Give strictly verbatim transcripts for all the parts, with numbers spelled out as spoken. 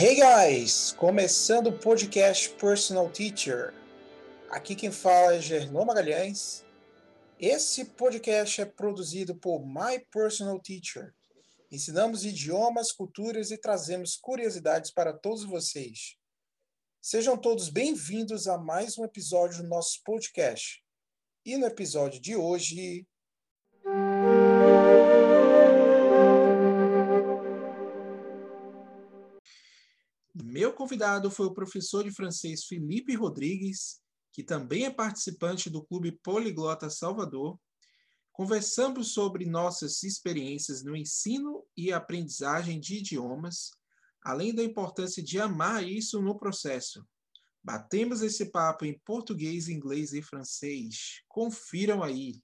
Hey guys! Começando o podcast Personal Teacher. Aqui quem fala é Gerlon Magalhães. Esse podcast é produzido por My Personal Teacher. Ensinamos idiomas, culturas e trazemos curiosidades para todos vocês. Sejam todos bem-vindos a mais um episódio do nosso podcast. E no episódio de hoje... Meu convidado foi o professor de francês Felipe Rodrigues, que também é participante do Clube Poliglota Salvador. Conversamos sobre nossas experiências no ensino e aprendizagem de idiomas, além da importância de amar isso no processo. Batemos esse papo em português, inglês e francês. Confiram aí!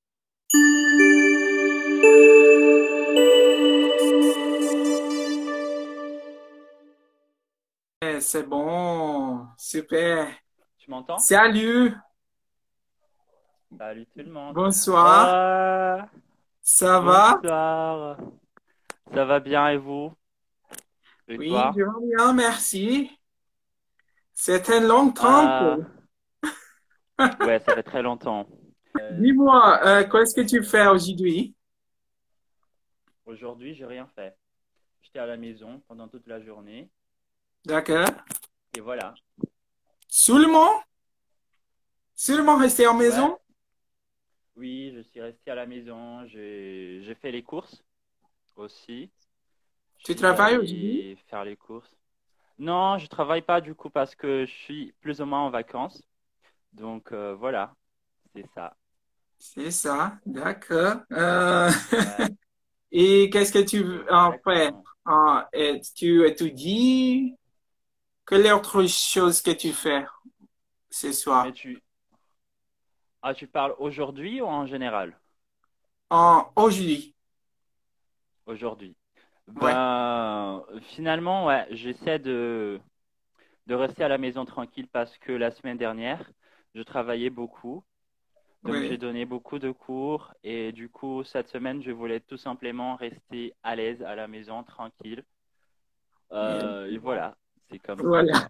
É, c'est bon, super. Tu m'entends? Salut, Salut tout le monde. bonsoir, Ah, ça va? bonsoir. Ça va bien et vous? Et Oui, toi? je vais bien, merci. C'était longtemps. Ah, ouais, ça fait très longtemps. Euh, Dis-moi, euh, qu'est-ce que tu fais aujourd'hui? Aujourd'hui, j'ai rien fait. J'étais à la maison pendant toute la journée D'accord. et voilà. Seulement? Seulement rester en Ouais, maison? oui, je suis resté à la maison. J'ai j'ai fait les courses aussi. Je Tu suis travailles aujourd'hui? allé faire les courses. Non, je travaille pas du coup parce que je suis plus ou moins en vacances. Donc euh, voilà, c'est ça. C'est ça, d'accord. Euh, Ouais, et qu'est-ce que tu en fais? exactement. Euh, et tu étudies? Quelle autre chose que tu fais ce Mais soir? tu, ah, tu parles aujourd'hui ou en général? En aujourd'hui. Aujourd'hui. Ouais. Ben, finalement, ouais, j'essaie de, de rester à la maison tranquille parce que la semaine dernière, je travaillais beaucoup. Donc, j'ai Oui. donné beaucoup de cours et du coup, cette semaine, je voulais tout simplement rester à l'aise à la maison, tranquille. Et Euh, et voilà, c'est comme ça, voilà. quoi.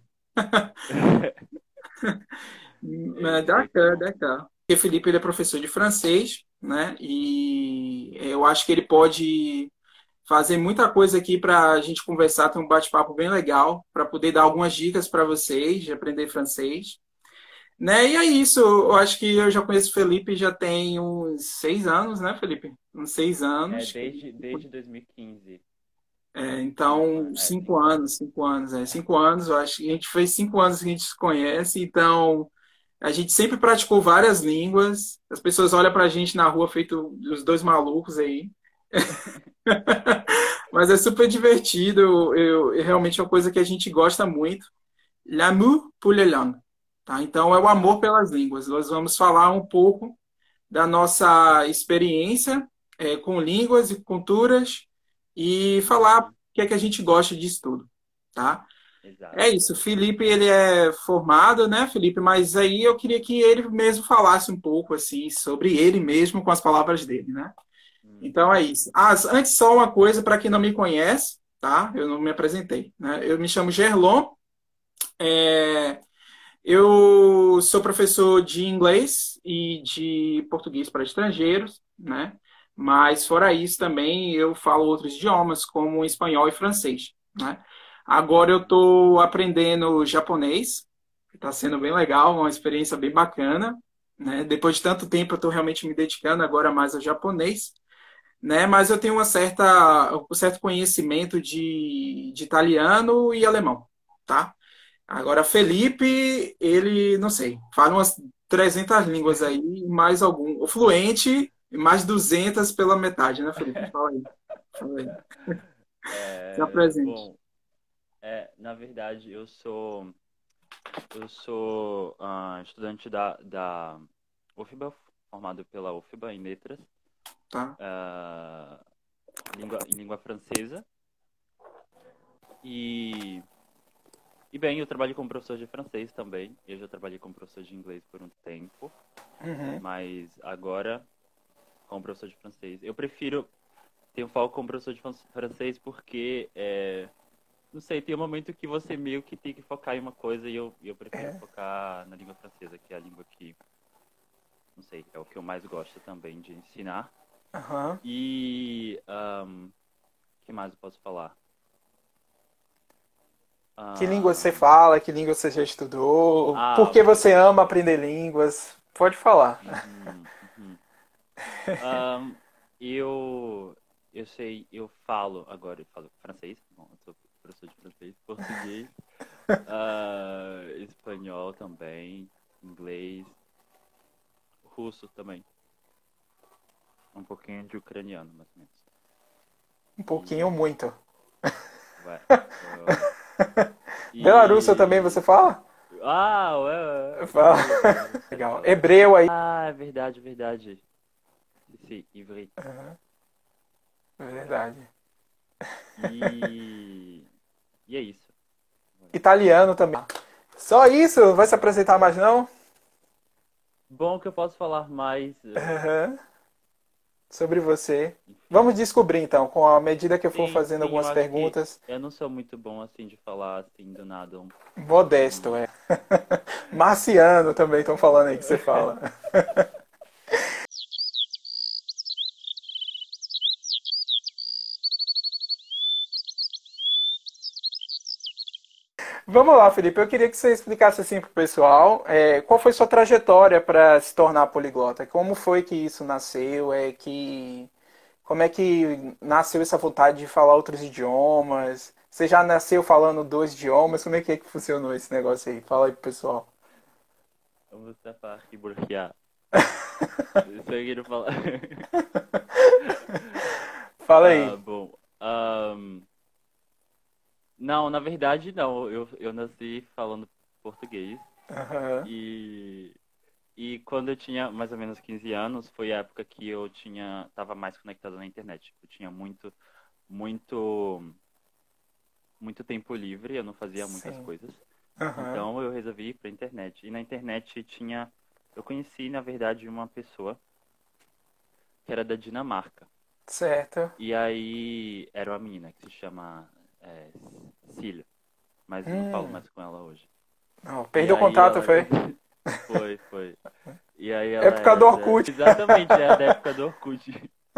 Mas, D'accord, Exactement. d'accord. Porque o Felipe ele é professor de francês, né? E eu acho que ele pode fazer muita coisa aqui para a gente conversar, ter um bate-papo bem legal, para poder dar algumas dicas para vocês de aprender francês. Né? E é isso, eu acho que eu já conheço o Felipe já tem uns seis anos, né, Felipe? Uns seis É, anos. desde, desde dois mil e quinze. É, Cinco então, anos. É, cinco cinco anos. anos, cinco anos, é, cinco anos, eu acho que a gente fez cinco anos que a gente se conhece, então a gente sempre praticou várias línguas. As pessoas olham pra gente na rua feito os dois malucos aí. Mas é super divertido. Eu, eu- realmente é uma coisa que a gente gosta muito. L'amour pour les langues. Tá? Então é o amor pelas línguas. Nós vamos falar um pouco da nossa experiência é, com línguas e culturas e falar o Oui, que é que a gente gosta disso tudo. Tá? É exato. isso, o Felipe, ele é formado, né, Felipe? Mas aí eu queria que ele mesmo falasse um pouco, assim, sobre ele mesmo com as palavras dele, né? Hmm. Então é isso. Ah, antes só uma coisa para quem não me conhece, tá? Eu não me apresentei, né? Eu me chamo Gerlon, é, eu sou professor de inglês e de português para estrangeiros, né? Mas fora isso também eu falo outros idiomas, como espanhol e francês, né? Agora eu estou aprendendo japonês, que está sendo bem legal, uma experiência bem bacana, né? Depois de tanto tempo eu estou realmente me dedicando agora mais ao japonês, né? Mas eu tenho uma certa, um certo conhecimento de, de italiano e alemão, tá? Agora, Felipe, ele, não sei, fala umas trezentas línguas aí, mais algum. O fluente, mais duzentas pela metade, né, Felipe? Fala aí. Fala aí. Se É, apresente. bom, é, na verdade, eu sou eu sou ah, estudante da, da U F B A, formado pela U F B A em letras, Tá? ah, língua, em língua francesa. E, e bem, eu trabalho como professor de francês também. Eu já trabalhei como professor de inglês por um tempo, Uhum. mas agora como professor de francês. Eu prefiro ter um foco como professor de francês porque é, não sei, tem um momento que você meio que tem que focar em uma coisa e eu, eu prefiro É. focar na língua francesa, que é a língua que, não sei, é o que eu mais gosto também de ensinar. Aham. E, o que mais eu posso falar? Que língua você Ahn, fala? Que língua você já estudou? Por ah, que ok. você ama aprender línguas? Pode falar. Uhum, uhum. Ahn, eu, eu sei, eu falo agora, eu falo francês, bom, eu sou professor de francês, português, ah, espanhol também, inglês, russo também, um pouquinho de ucraniano, mais ou menos. Um pouquinho, E, muito. vai, ah, Belarussa também você e, fala? ah, ué, ué, Fala. falo, falo, sei Legal. falar. Hebreu aí. Ah, é verdade, verdade. Sim, ivrit. Verdade. E, e é isso. Italiano também. Só isso? Vai se apresentar mais não? Bom que eu posso falar mais, eh, Aham. Sobre você. enfim. Vamos descobrir então, com a medida que eu for Sim, fazendo sim, eu algumas acho que perguntas. eu não sou muito bom assim de falar assim do nada. um- Modesto, E é. Marciano também estão falando aí que você fala. Vamos lá, Felipe. Eu queria que você explicasse assim para o pessoal, é, qual foi sua trajetória para se tornar poliglota? Como foi que isso nasceu? É que como é que nasceu essa vontade de falar outros idiomas? Você já nasceu falando dois idiomas? Como é que é que funcionou esse negócio aí? Fala aí pro pessoal. vamos tapar aqui bloquear. Isso aí que eu quero falar. Fala Ah, aí. bom. Ahn, não, na verdade não. Eu, eu nasci falando português Aham. e e quando eu tinha mais ou menos quinze anos, foi a época que eu tinha tava mais conectado na internet. Eu tinha muito muito muito tempo livre, eu não fazia muitas Sim. coisas. Aham. Então eu resolvi ir para a internet. E na internet tinha. Eu conheci, na verdade, uma pessoa que era da Dinamarca. Certo. E aí era uma menina que se chama é, Cília. Mas eu não falo Hum. mais com ela hoje. Não, E perdeu o aí contato, ela. foi? Foi, foi. E aí ela Época do era da. Orkut. Exatamente, era da época do Orkut.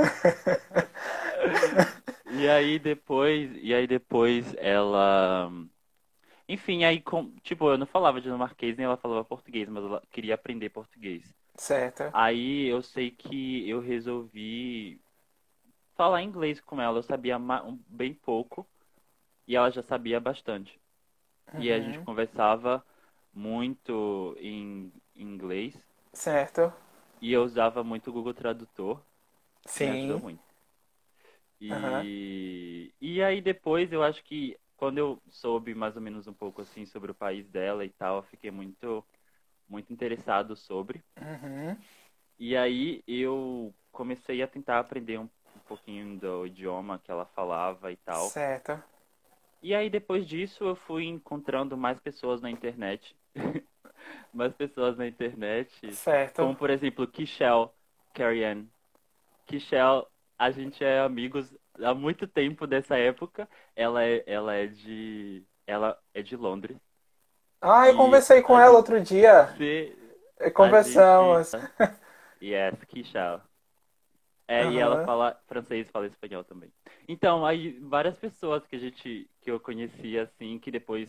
E aí depois. E aí depois ela. Enfim, aí, com, tipo, eu não falava dinamarquês nem ela falava português, mas ela queria aprender português. Certo. Aí eu sei que eu resolvi falar inglês com ela. Eu sabia ma- um- bem pouco e ela já sabia bastante. E a gente Uhum. conversava muito em inglês Certo. e eu usava muito o Google Tradutor, que me ajudou Sim. muito. Aham. E, e aí depois eu acho que quando eu soube mais ou menos um pouco assim sobre o país dela e tal, eu fiquei muito, muito interessado sobre. Uhum. E aí eu comecei a tentar aprender um, um pouquinho do idioma que ela falava e tal. Certo. E aí depois disso eu fui encontrando mais pessoas na internet. Mais pessoas na internet. Certo. Como por exemplo, Kishel, Carrie Ann. Kishel, a gente é amigos há muito tempo dessa época. Ela é, ela é de. Ela é de Londres. Ah, eu E conversei com a ela gente outro dia. se. Eh, A gente. Conversamos. Yes, Kishel. É, e ela Aham. fala francês, fala espanhol também. Então, aí várias pessoas que a gente, que eu conhecia assim, que depois,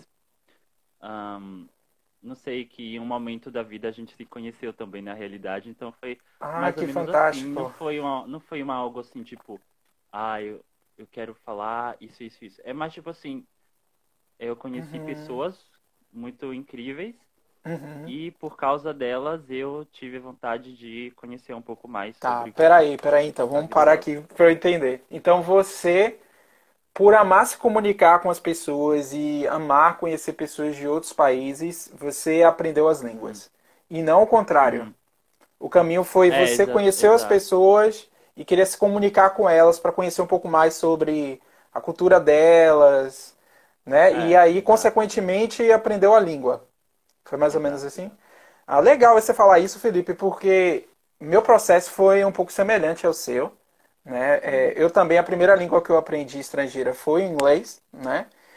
ahn, não sei, que em um momento da vida a gente se conheceu também na realidade. Então foi Ah, mais ou que menos assim. Não fantástico. foi uma, não foi uma algo assim tipo, ah, eu, eu quero falar isso, isso, isso. É mais tipo assim, eu conheci Uhum. pessoas muito incríveis Uhum. e por causa delas eu tive vontade de conhecer um pouco mais Tá, sobre peraí, peraí, então, a vamos vida parar delas. aqui para eu entender. Então você, por amar se comunicar com as pessoas e amar conhecer pessoas de outros países, você aprendeu as Uhum. línguas. E não o contrário. Uhum. O caminho foi É, você exa conhecer as exato, pessoas e querer se comunicar com elas para conhecer um pouco mais sobre a cultura delas, né? E é, aí, exato, exato, consequentemente, aprendeu a língua. Foi mais ou menos exato, assim? exato. Ah, legal você falar isso, Felipe, porque meu processo foi um pouco semelhante ao seu. Né? É, Uhum, eu também, a primeira língua que eu aprendi estrangeira foi o inglês, né?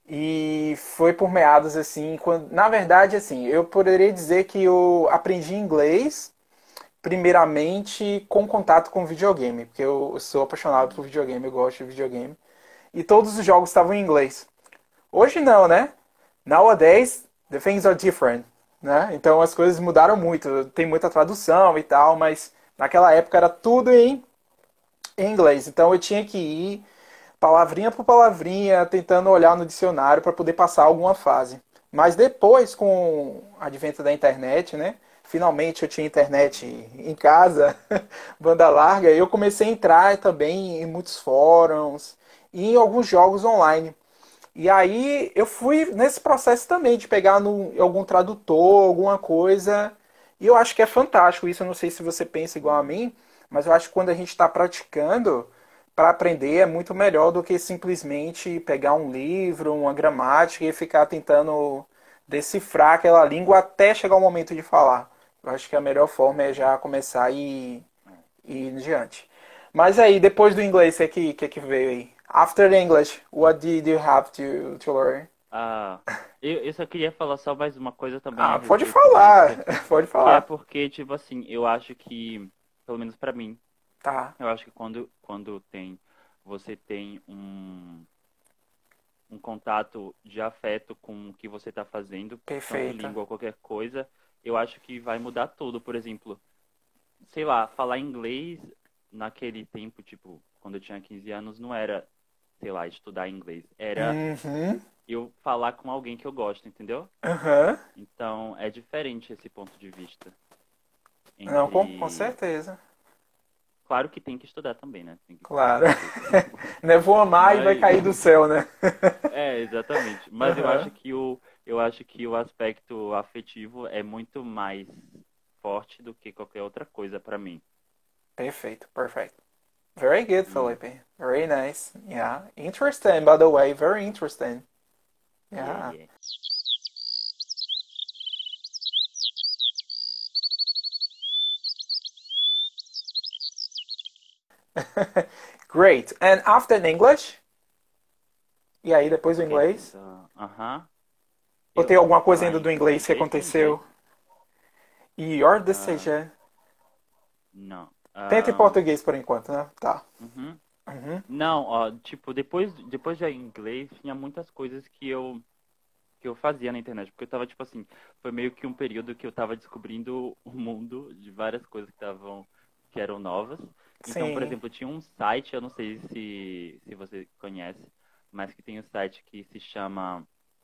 E foi por meados assim, quando, na verdade, assim, eu poderia dizer que eu aprendi inglês primeiramente com contato com videogame, porque eu sou apaixonado por videogame, eu gosto de videogame. E todos os jogos estavam em inglês. Hoje não, né? Nowadays, the things are different, né? Então as coisas mudaram muito, tem muita tradução e tal, mas naquela época era tudo em, em inglês. Então eu tinha que ir palavrinha por palavrinha, tentando olhar no dicionário para poder passar alguma fase. Mas depois, com o advento da internet, né? Finalmente eu tinha internet em casa, banda larga, eu comecei a entrar também em muitos fóruns e em alguns jogos online. E aí eu fui nesse processo também de pegar no, algum tradutor, alguma coisa. E eu acho que é fantástico isso. Eu não sei se você pensa igual a mim, mas eu acho que quando a gente está praticando, para aprender é muito melhor do que simplesmente pegar um livro, uma gramática e ficar tentando decifrar aquela língua até chegar o momento de falar. Eu acho que a melhor forma é já começar e, e ir em diante. Mas aí, depois do inglês, o que, é que, que é que veio aí? After English, what did you have to, to learn? Ah, eu, eu só queria falar só mais uma coisa também a Ah, pode respeito disso, falar, pode que é falar. porque, tipo assim, eu acho que, pelo menos pra mim, Tá, eu acho que quando, quando tem, você tem um, um contato de afeto com o que você tá fazendo, tanto perfeita. língua ou qualquer coisa, eu acho que vai mudar tudo. Por exemplo, sei lá, falar inglês naquele tempo, tipo, quando eu tinha quinze anos, não era, sei lá, estudar inglês. Era Uhum, eu falar com alguém que eu gosto, entendeu? uhum. Então, é diferente esse ponto de vista Não, com, com entre... certeza. Claro que tem que estudar também, né? Tem que Claro. fazer tudo. Não é voa mais e vai Mas, cair do céu, né? é, exatamente. Mas eu acho Uhum. que o, eu acho que o aspecto afetivo é muito mais forte do que qualquer outra coisa pra mim. Perfeito, perfect. Very good, E, Felipe. Very nice. Yeah. Interesting, by the way. Very interesting. yeah, Yeah. yeah. Great. And after English? E aí, depois do Ok, inglês? então, aham. Ou Eu tem alguma vou coisa falar ainda em do inglês que português ou inglês? aconteceu? Your Ah, decision. não. Tenta em Ah, português por enquanto, né? Tá. uhum. Uhum. Não, ó, tipo, depois, depois de inglês, tinha muitas coisas que eu, que eu fazia na internet. Porque eu tava, tipo assim, foi meio que um período que eu tava descobrindo o mundo de várias coisas que estavam, que eram novas. Então, por Sim. exemplo, tinha um site, eu não sei se, se você conhece, mas que tem um site que se chama,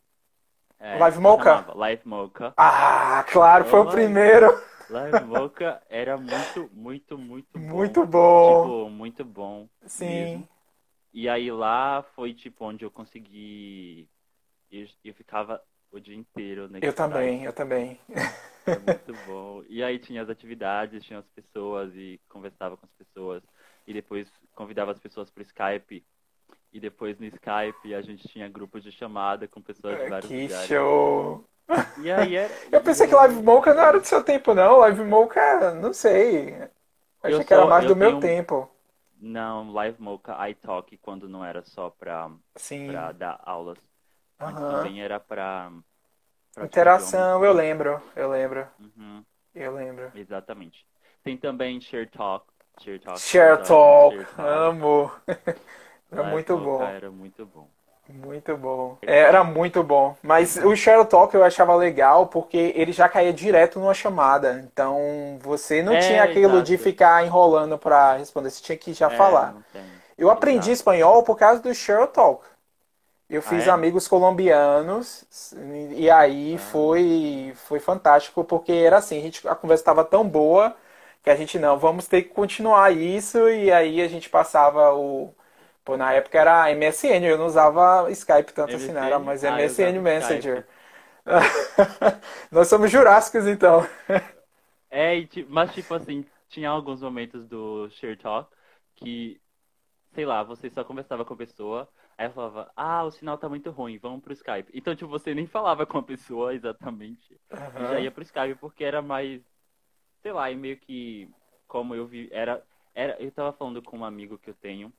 é, Live se Mocha? chamava Live Mocha. Ah, claro, foi o Oh, primeiro. Live Mocha era muito, muito, muito bom. Muito bom. Tipo, muito bom Sim. mesmo. E aí lá foi, tipo, onde eu consegui... Eu, eu ficava o dia inteiro Eu nesse também, site. eu também. Era muito bom. E aí tinha as atividades, tinha as pessoas e conversava com as pessoas. E depois convidava as pessoas pro Skype. E depois no Skype a gente tinha grupos de chamada com pessoas de vários Que lugares. show. E aí era, Eu e pensei que era Live muito Mocha não era do bom. seu tempo, não. Live Mocha, não sei. Eu Eu achei que era só, mais eu do meu tenho, tempo. não, Live Mocha iTalk quando não era só pra, pra Sim. dar aulas, mas Aham. também era pra prática de idiomas Interação, eu e, lembro. Eu lembro. uhum, Eu lembro. exatamente. Tem também Share Talk, Share Talk, você Share usava muito Talk. Share Talk. Amo. Era Live muito Mocha bom. era muito bom. Muito bom. Share É, era Talk. muito bom. Mas o Share Talk eu achava legal porque ele já caía direto numa chamada. Então você não tinha É, aquilo de exato. ficar enrolando para responder. Você tinha que já É, falar. não tem. Eu aprendi Exato. espanhol por causa do Share Talk. Eu Ah, fiz é? amigos colombianos e aí Ah, foi, foi fantástico porque era assim, a, gente, a conversa estava tão boa que a gente não, vamos ter que continuar isso e aí a gente passava o... Pô, na época era M S N, eu não usava Skype tanto assim, não, era M S N? mais Ah, eu M S N usava Messenger. Skype. Nós somos jurássicos então. É, e ti- mas tipo assim, tinha alguns momentos do Share Talk que, sei lá, você só conversava com a pessoa, aí ela falava, ah, o sinal tá muito ruim, vamos pro Skype. Então, tipo, você nem falava com a pessoa exatamente e já Aham. ia pro Skype porque era mais, sei lá, e meio que como eu vi, era, era, eu tava falando com um amigo que eu tenho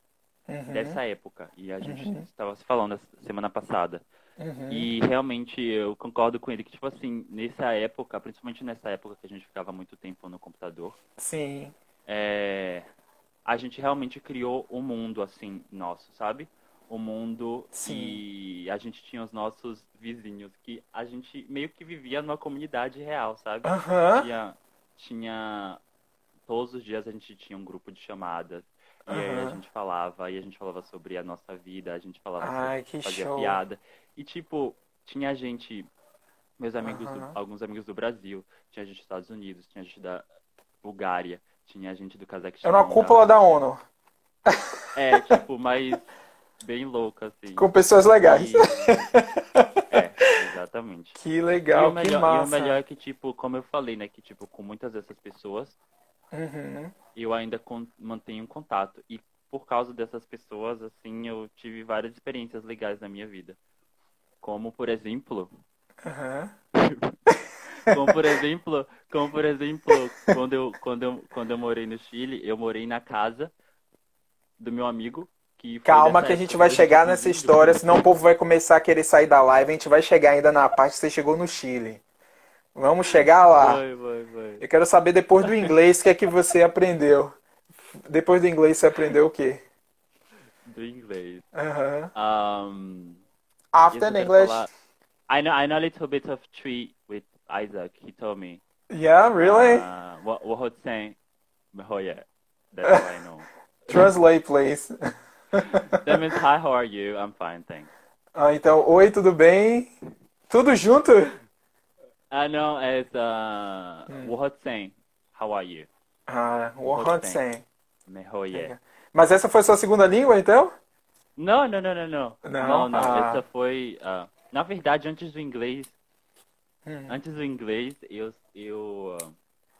Uhum. dessa época. E a gente Uhum. estava se falando essa semana passada. Uhum. E realmente eu concordo com ele que, tipo assim, nessa época, principalmente nessa época que a gente ficava muito tempo no computador, Sim. é, a gente realmente criou um mundo, assim, nosso, sabe? O mundo Sim. e a gente tinha os nossos vizinhos, que a gente meio que vivia numa comunidade real, sabe? Aham. Tinha, tinha, todos os dias a gente tinha um grupo de chamadas, e aí a Aham. gente falava, e a gente falava sobre a nossa vida, a gente falava sobre, Ai, que fazia show. piada, e tipo, tinha gente, meus amigos, do, Aham. alguns amigos do Brasil, tinha gente dos Estados Unidos, tinha gente da Bulgária, tinha gente do Era uma Cazaquistão, da cúpula da Rússia. ONU, É, tipo, mas bem louca, assim. com pessoas legais. E é, exatamente. Que E o legal, que melhor, e o melhor massa. é que, tipo, como eu falei, né, que, tipo, com muitas dessas pessoas, Uhum. eu ainda con- mantenho contato. E por causa dessas pessoas, assim, eu tive várias experiências legais na minha vida. Como, por exemplo, Aham. como por exemplo, como por exemplo, quando eu, quando eu, quando eu morei no Chile, eu morei na casa do meu amigo, que foi Calma dessa que a época gente que vai a gente chegar nessa vive história, junto. senão o povo vai começar a querer sair da live. A gente vai chegar ainda na parte que você chegou no Chile. Vamos chegar lá. Foi, foi, foi. Eu quero saber depois do inglês o que é que você aprendeu. Depois do inglês você aprendeu o quê? Do inglês. Aham. Um, After isso eu quero English. falar. I know, I know a little bit of Tree with Isaac. He told me. Yeah, really? Uh, what what was saying? Oh yeah, that's all I know. Translate, please. That means hi. How are you? I'm fine, thanks. Ah, então, oi, tudo bem? Tudo junto? I know it's uh, Hum. what saying? How are you? Ah, What saying? Wohansen. Oh yeah. Mas essa foi sua segunda língua, então? Não, não, não, não, não. Não? Não, não. Ah. Essa foi. ah, na verdade, antes do inglês. Hum. Antes do inglês, eu. Eu, ah,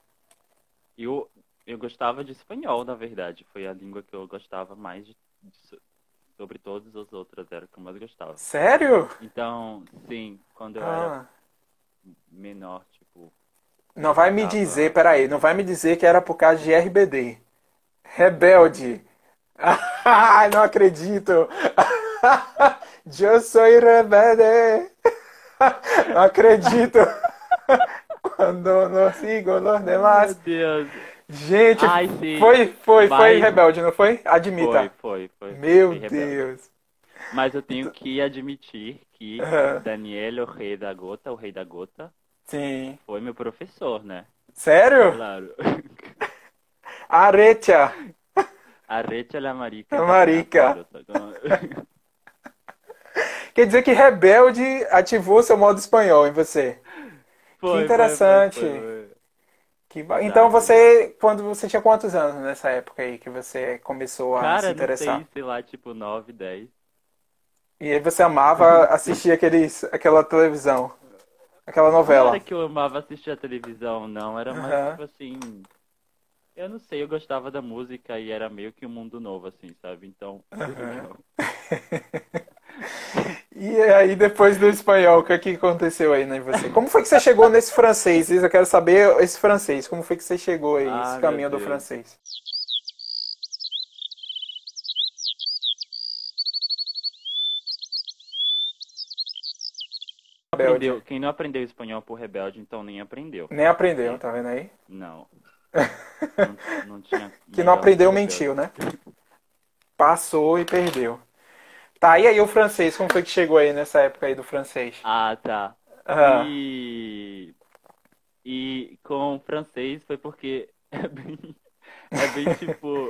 eu, eu gostava de espanhol, na verdade. Foi a língua que eu gostava mais de, de- sobre todas as outras. Era a que eu mais gostava. Sério? Então, sim, quando eu era Ah. menor, tipo. Não Eu vai me dizer, ficava. peraí, não vai me dizer que era por causa de R B D. Rebelde. Ai, não acredito. Eu sou rebelde. Não acredito. Quando não sigo los Ai, meu demás. Deus. Gente, Ai, sim. foi, foi, foi Mas. rebelde, não foi? Foi, Admita. foi, foi. Meu Fui rebelde. Deus. Mas eu tenho que admitir que Aham. Daniel, o rei da gota, o rei da gota, Sim. foi meu professor, né? Sério? Claro. Arecha. Arrecha la marica A y patea a marica. palo. Sacou? Quer dizer que rebelde ativou seu modo espanhol em você. Que Foi, foi, foi, foi, interessante. foi. Que ba- Então Exato, exato. você, quando você tinha quantos anos nessa época aí que você começou a se Cara, não interessar? sei, sei lá, tipo nove, dez. E aí você amava assistir aqueles, aquela televisão, aquela Não era novela. que eu amava assistir a televisão, não. Era mais Aham. tipo assim. Eu não sei, eu gostava da música e era meio que um mundo novo, assim, sabe? Então, foi Aham. legal. E aí depois do espanhol, o que é que aconteceu aí né, em você? Como foi que você chegou nesse francês? Eu quero saber esse francês. Como foi que você chegou aí, esse Ah, meu caminho do Deus. francês? Rebelde. Aprendeu, quem não aprendeu espanhol por rebelde, então nem aprendeu. Nem aprendeu, Porque, tá vendo aí? não, não, não tinha Que não melhor do que aprendeu, rebelde. mentiu, né? Passou e perdeu. Tá, e aí o francês, como foi que chegou aí nessa época aí do francês? Ah, tá. Ah, E, e com o francês foi porque é bem, é bem tipo,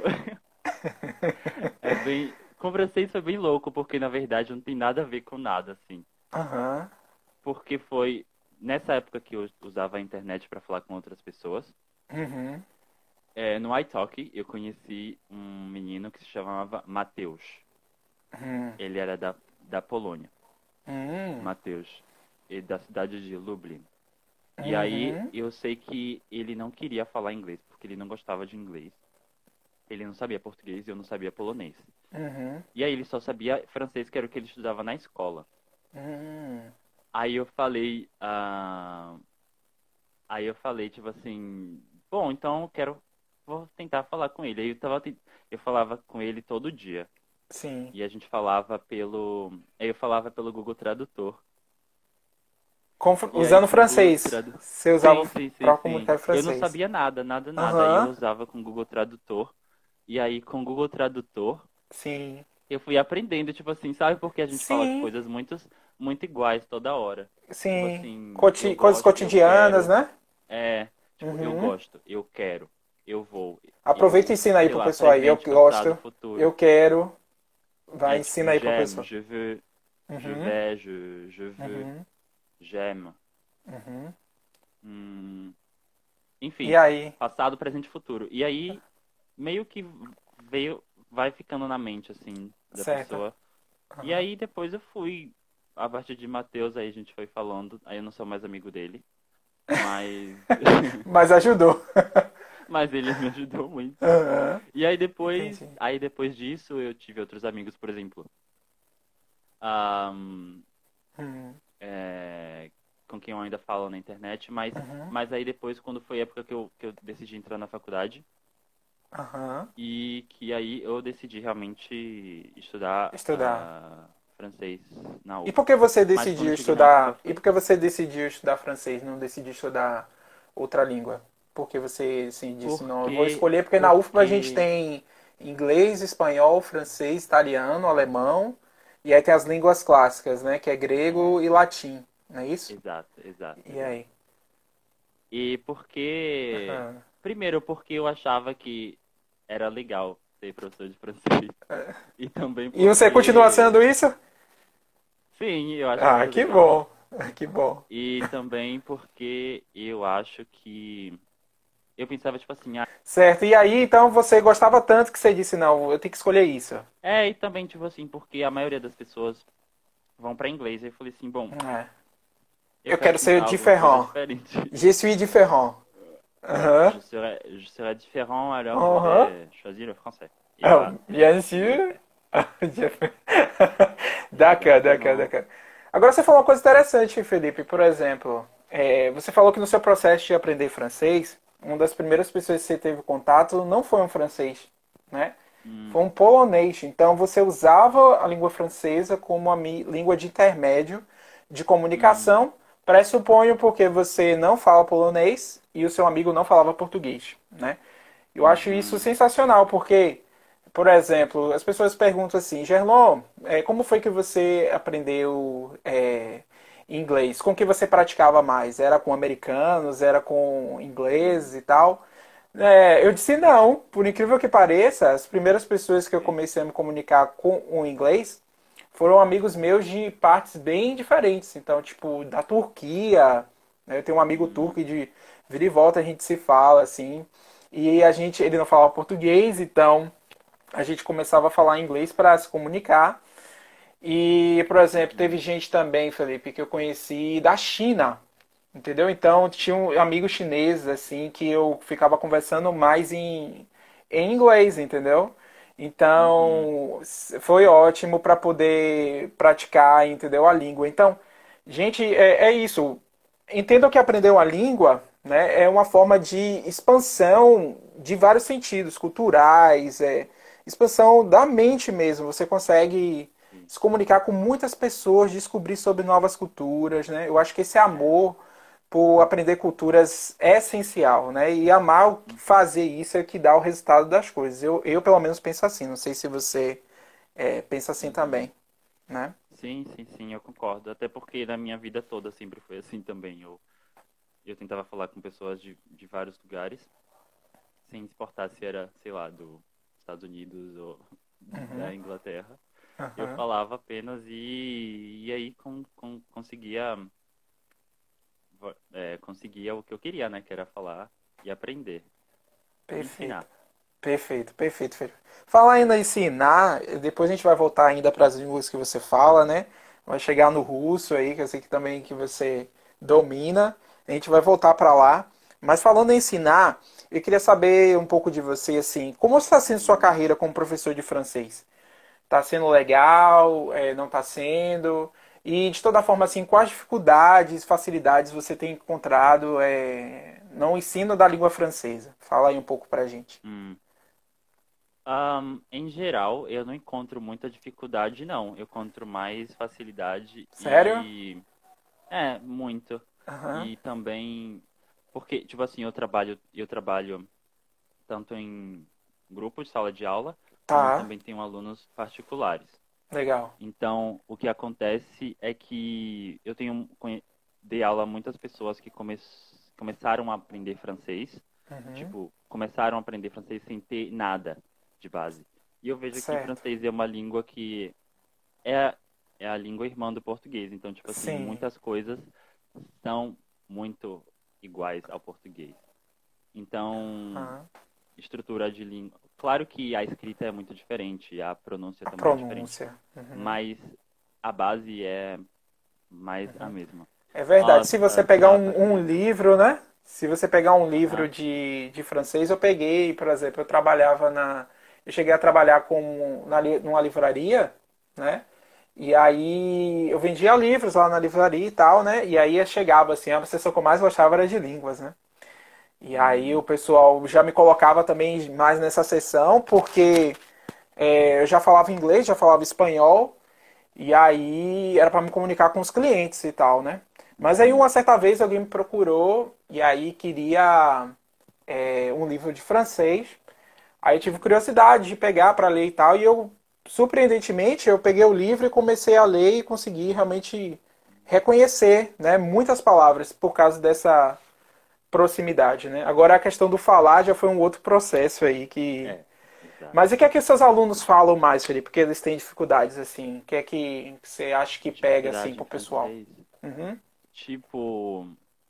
é bem, com o francês foi bem louco, porque na verdade não tem nada a ver com nada, assim. aham, Porque foi nessa época que eu usava a internet para falar com outras pessoas. uhum, É, no iTalk eu conheci um menino que se chamava Mateus. uhum, Ele era da, da Polônia, uhum, Mateus, e da cidade de Lublin. E aí uhum, eu sei que ele não queria falar inglês, porque ele não gostava de inglês. Ele não sabia português e eu não sabia polonês. uhum, E aí ele só sabia francês, que era o que ele estudava na escola. uhum. Aí eu falei, ah, aí eu falei tipo assim, bom, então eu quero, vou tentar falar com ele. Aí eu tava, tent- eu falava com ele todo dia. Sim. E a gente falava pelo. Eu falava pelo Google Tradutor. Com- E aí usando com o Google francês. Tradutor. Você usava Sim, sim, sim, para sim. comunicar em Eu não francês. sabia nada, nada, nada. Aí eu Aham. usava com o Google Tradutor. E aí com o Google Tradutor Sim. eu fui aprendendo, tipo assim, sabe porque a gente fala Sim. coisas muito, muito iguais toda hora. Tipo Sim. assim, eu Coti- coisas gosto, eu cotidianas, quero. né? É, tipo, eu Uhum. gosto, eu quero, eu vou, Aproveita e eu, ensina aí sei pro lá, pessoal aí. Eu presente, passado, gosto, futuro. eu quero. Vai, É tipo, ensina aí pro j'aime, pessoal. je veux, je Uhum. vais, je, je veux, Uhum. j'aime. Uhum. Hum, E enfim, aí? passado, presente e futuro. E aí, meio que veio, vai ficando na mente, assim, da Certo. pessoa. E Aham. aí depois eu fui, a partir de Matheus, aí a gente foi falando, aí eu não sou mais amigo dele, mas, Mas ajudou. mas ele me ajudou muito. Aham. E aí depois, Entendi. aí depois disso eu tive outros amigos, por exemplo, ahm, Uhum. é, com quem eu ainda falo na internet, mas, Uhum. mas aí depois, quando foi a época que eu, que eu decidi entrar na faculdade, Aham. e que aí eu decidi realmente estudar Estudar. ah, francês na E por U F. que você Mas quando decidiu eu cheguei na U F eu estudar? E falei, por que você decidiu estudar francês, não decidiu estudar outra língua? Porque você assim, disse, não, eu vou porque, escolher porque na U F P a gente porque, tem inglês, espanhol, francês, italiano, alemão, e aí tem as línguas clássicas, né, que é grego e latim, não é isso? exato, exato, E exato. aí? E porque, Aham. primeiro, porque eu achava que era legal ser professor de francês. E também E você continua porque, sendo isso? sim, eu acho Ah, muito que legal. bom. Que bom. E também porque eu acho que, eu pensava, tipo assim, ah, Certo. E aí, então, você gostava tanto que você disse, não, eu tenho que escolher isso. é, e também, tipo assim, porque a maioria das pessoas vão pra inglês. Aí eu falei assim, bom, É. eu Eu quero quero ser tentar alguma coisa différent. diferente. Je suis différent. Aham. Je serais, je serais différent, alors je Aham. vais choisir le français. Et Ah, voilà, bien je l'ai sûr. fait. D'accord, d'accord, Exactement. d'accord. Agora você falou uma coisa interessante, Felipe. Por exemplo, é, você falou que no seu processo de aprender francês, uma das primeiras pessoas que você teve contato não foi um francês, né? Hum, Foi um polonês. Então você usava a língua francesa como uma mi- língua de intermédio de hum, comunicação. Pressuponho porque você não fala polonês e o seu amigo não falava português, né? Eu acho isso uhum, sensacional porque, por exemplo, as pessoas perguntam assim, Gerlon, é, como foi que você aprendeu é, inglês? Com que você praticava mais? Era com americanos? Era com ingleses hum, e tal? É, eu disse não, por incrível que pareça, as primeiras pessoas que eu sim, comecei a me comunicar com o inglês foram amigos meus de partes bem diferentes. Então, tipo, da Turquia, né? Eu tenho um amigo hum, turco e de vira e volta a gente se fala, assim. E a gente, ele não falava português, então a gente começava a falar inglês para se comunicar. E, por exemplo, teve uhum, gente também, Felipe, que eu conheci da China, entendeu? Então tinha um amigos chineses assim que eu ficava conversando mais em, em inglês, entendeu? uhum, Então foi ótimo para poder praticar, entendeu? A língua. Então, gente, é, é isso. Entendam que aprender uma língua, né, é uma forma de expansão de vários sentidos, culturais, é, expansão da mente mesmo. Você consegue sim, se comunicar com muitas pessoas, descobrir sobre novas culturas, né? Eu acho que esse é, amor por aprender culturas é essencial, né? E amar o que- uhum. fazer isso é o que dá o resultado das coisas. Eu, eu pelo menos penso assim. Não sei se você é, pensa assim Uhum. também, né? Sim, sim, sim, eu concordo. Até porque na minha vida toda sempre foi assim também. Eu, eu tentava falar com pessoas de, de vários lugares, sem importar se era, sei lá, dos Estados Unidos ou Uhum, da Inglaterra. Eu uhum. falava apenas e, e aí com, com, conseguia, é, conseguia o que eu queria, né? Que era falar e aprender e Perfeito. ensinar. Perfeito, perfeito, perfeito. Falar ainda em ensinar, depois a gente vai voltar ainda para as línguas que você fala, né? Vai chegar no russo aí, que eu sei que também que você domina. A gente vai voltar para lá. Mas falando em ensinar, eu queria saber um pouco de você, assim, como está sendo sua Uhum. carreira como professor de francês? Está sendo legal? É, não está sendo? E de toda forma, assim, quais dificuldades, facilidades você tem encontrado é, no ensino da língua francesa? Fala aí um pouco para a gente. Hum. Ahn, em geral, eu não encontro muita dificuldade, não. Eu encontro mais facilidade Sério? e... É, muito. Aham. E também... Porque, tipo assim, eu trabalho, eu trabalho tanto em grupo de sala de aula, como Tá, também tenho alunos particulares. legal. Então, o que acontece é que eu tenho conhe- dei aula a muitas pessoas que come, começaram a aprender francês, Uhum. tipo, começaram a aprender francês sem ter nada de base. E eu vejo que Certo. francês é uma língua que é, é a língua irmã do português. Então, tipo assim, Sim. muitas coisas são muito iguais ao português. Então, Aham. estrutura de língua. Claro que a escrita é muito diferente, a pronúncia A também é diferente, pronúncia. Uhum. mas a base é mais a mesma. É verdade. Se você Nossa, pegar tá, um, pode um dizer. livro, né? Se você pegar um livro Aham. de, de francês, eu peguei, por exemplo, eu trabalhava na. Eu cheguei a trabalhar com, na, li- numa livraria, né? E aí eu vendia livros lá na livraria e tal, né? E aí chegava assim, a sessão que eu mais gostava era de línguas, né? E aí o Hum, pessoal já me colocava também mais nessa sessão, porque é, eu já falava inglês, já falava espanhol, e aí era para me comunicar com os clientes e tal, né? Mas aí uhum, uma certa vez alguém me procurou e aí queria é, um livro de francês. Aí eu tive curiosidade de pegar para ler e tal, e eu, surpreendentemente, eu peguei o livro e comecei a ler e consegui realmente reconhecer, né, muitas palavras por causa dessa proximidade, né? Agora a questão do falar já foi um outro processo aí que. é, exato. Mas e o que é que seus alunos falam mais, Felipe? Porque eles têm dificuldades assim. O que é que você acha que pega assim Dificuldade em pro pessoal? francês. Uhum. Tipo,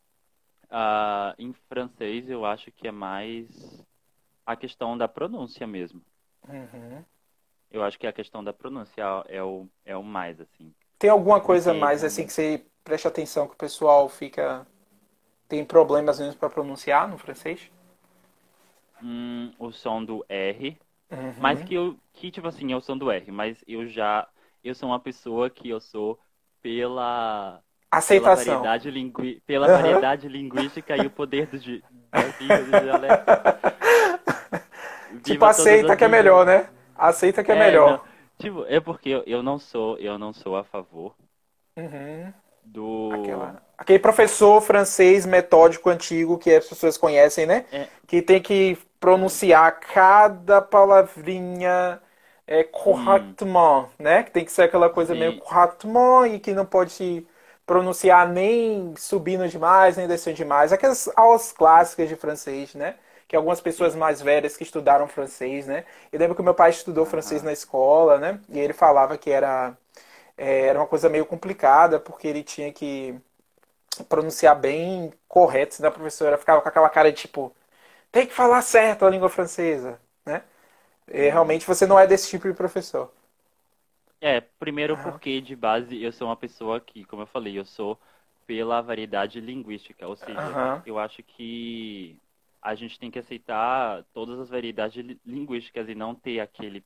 ah, em francês eu acho que é mais a questão da pronúncia mesmo. Uhum. Eu acho que a questão da pronúncia é o, é o mais, assim. Tem alguma coisa Porque mais assim que realmente, você preste atenção que o pessoal fica tem problemas mesmo para pronunciar no francês? hum, o som do R, mas Uhum. que eu, que tipo assim, é o som do R, mas eu já, eu sou uma pessoa que eu sou pela, pela Aceitação. variedade lingui, pela Uhum. variedade linguística e o poder do, di- das línguas e dialectos. Tipo, Viva todas aceita as que é línguas. melhor, né? Aceita que é É, não, melhor. tipo, é porque eu, eu não sou, eu não sou a favor Uhum. do, Aquela, aquele professor francês metódico antigo que as pessoas conhecem, né? é, Que tem que pronunciar cada palavrinha é, sim, correctement, né? Que tem que ser aquela coisa meio sim, correctement e que não pode pronunciar nem subindo demais, nem descendo demais. Aquelas aulas clássicas de francês, né? Que algumas pessoas sim, mais velhas que estudaram francês, né? Eu lembro que meu pai estudou francês aham, na escola, né? E ele falava que era, é, era uma coisa meio complicada, porque ele tinha que pronunciar bem correto, senão a professora ficava com aquela cara de tipo, tem que falar certo a língua francesa, né? E uhum. realmente você não é desse tipo de professor. É, primeiro Aham. porque de base eu sou uma pessoa que, como eu falei, eu sou pela variedade linguística, ou seja, Aham. eu acho que a gente tem que aceitar todas as variedades li- linguísticas e não ter aquele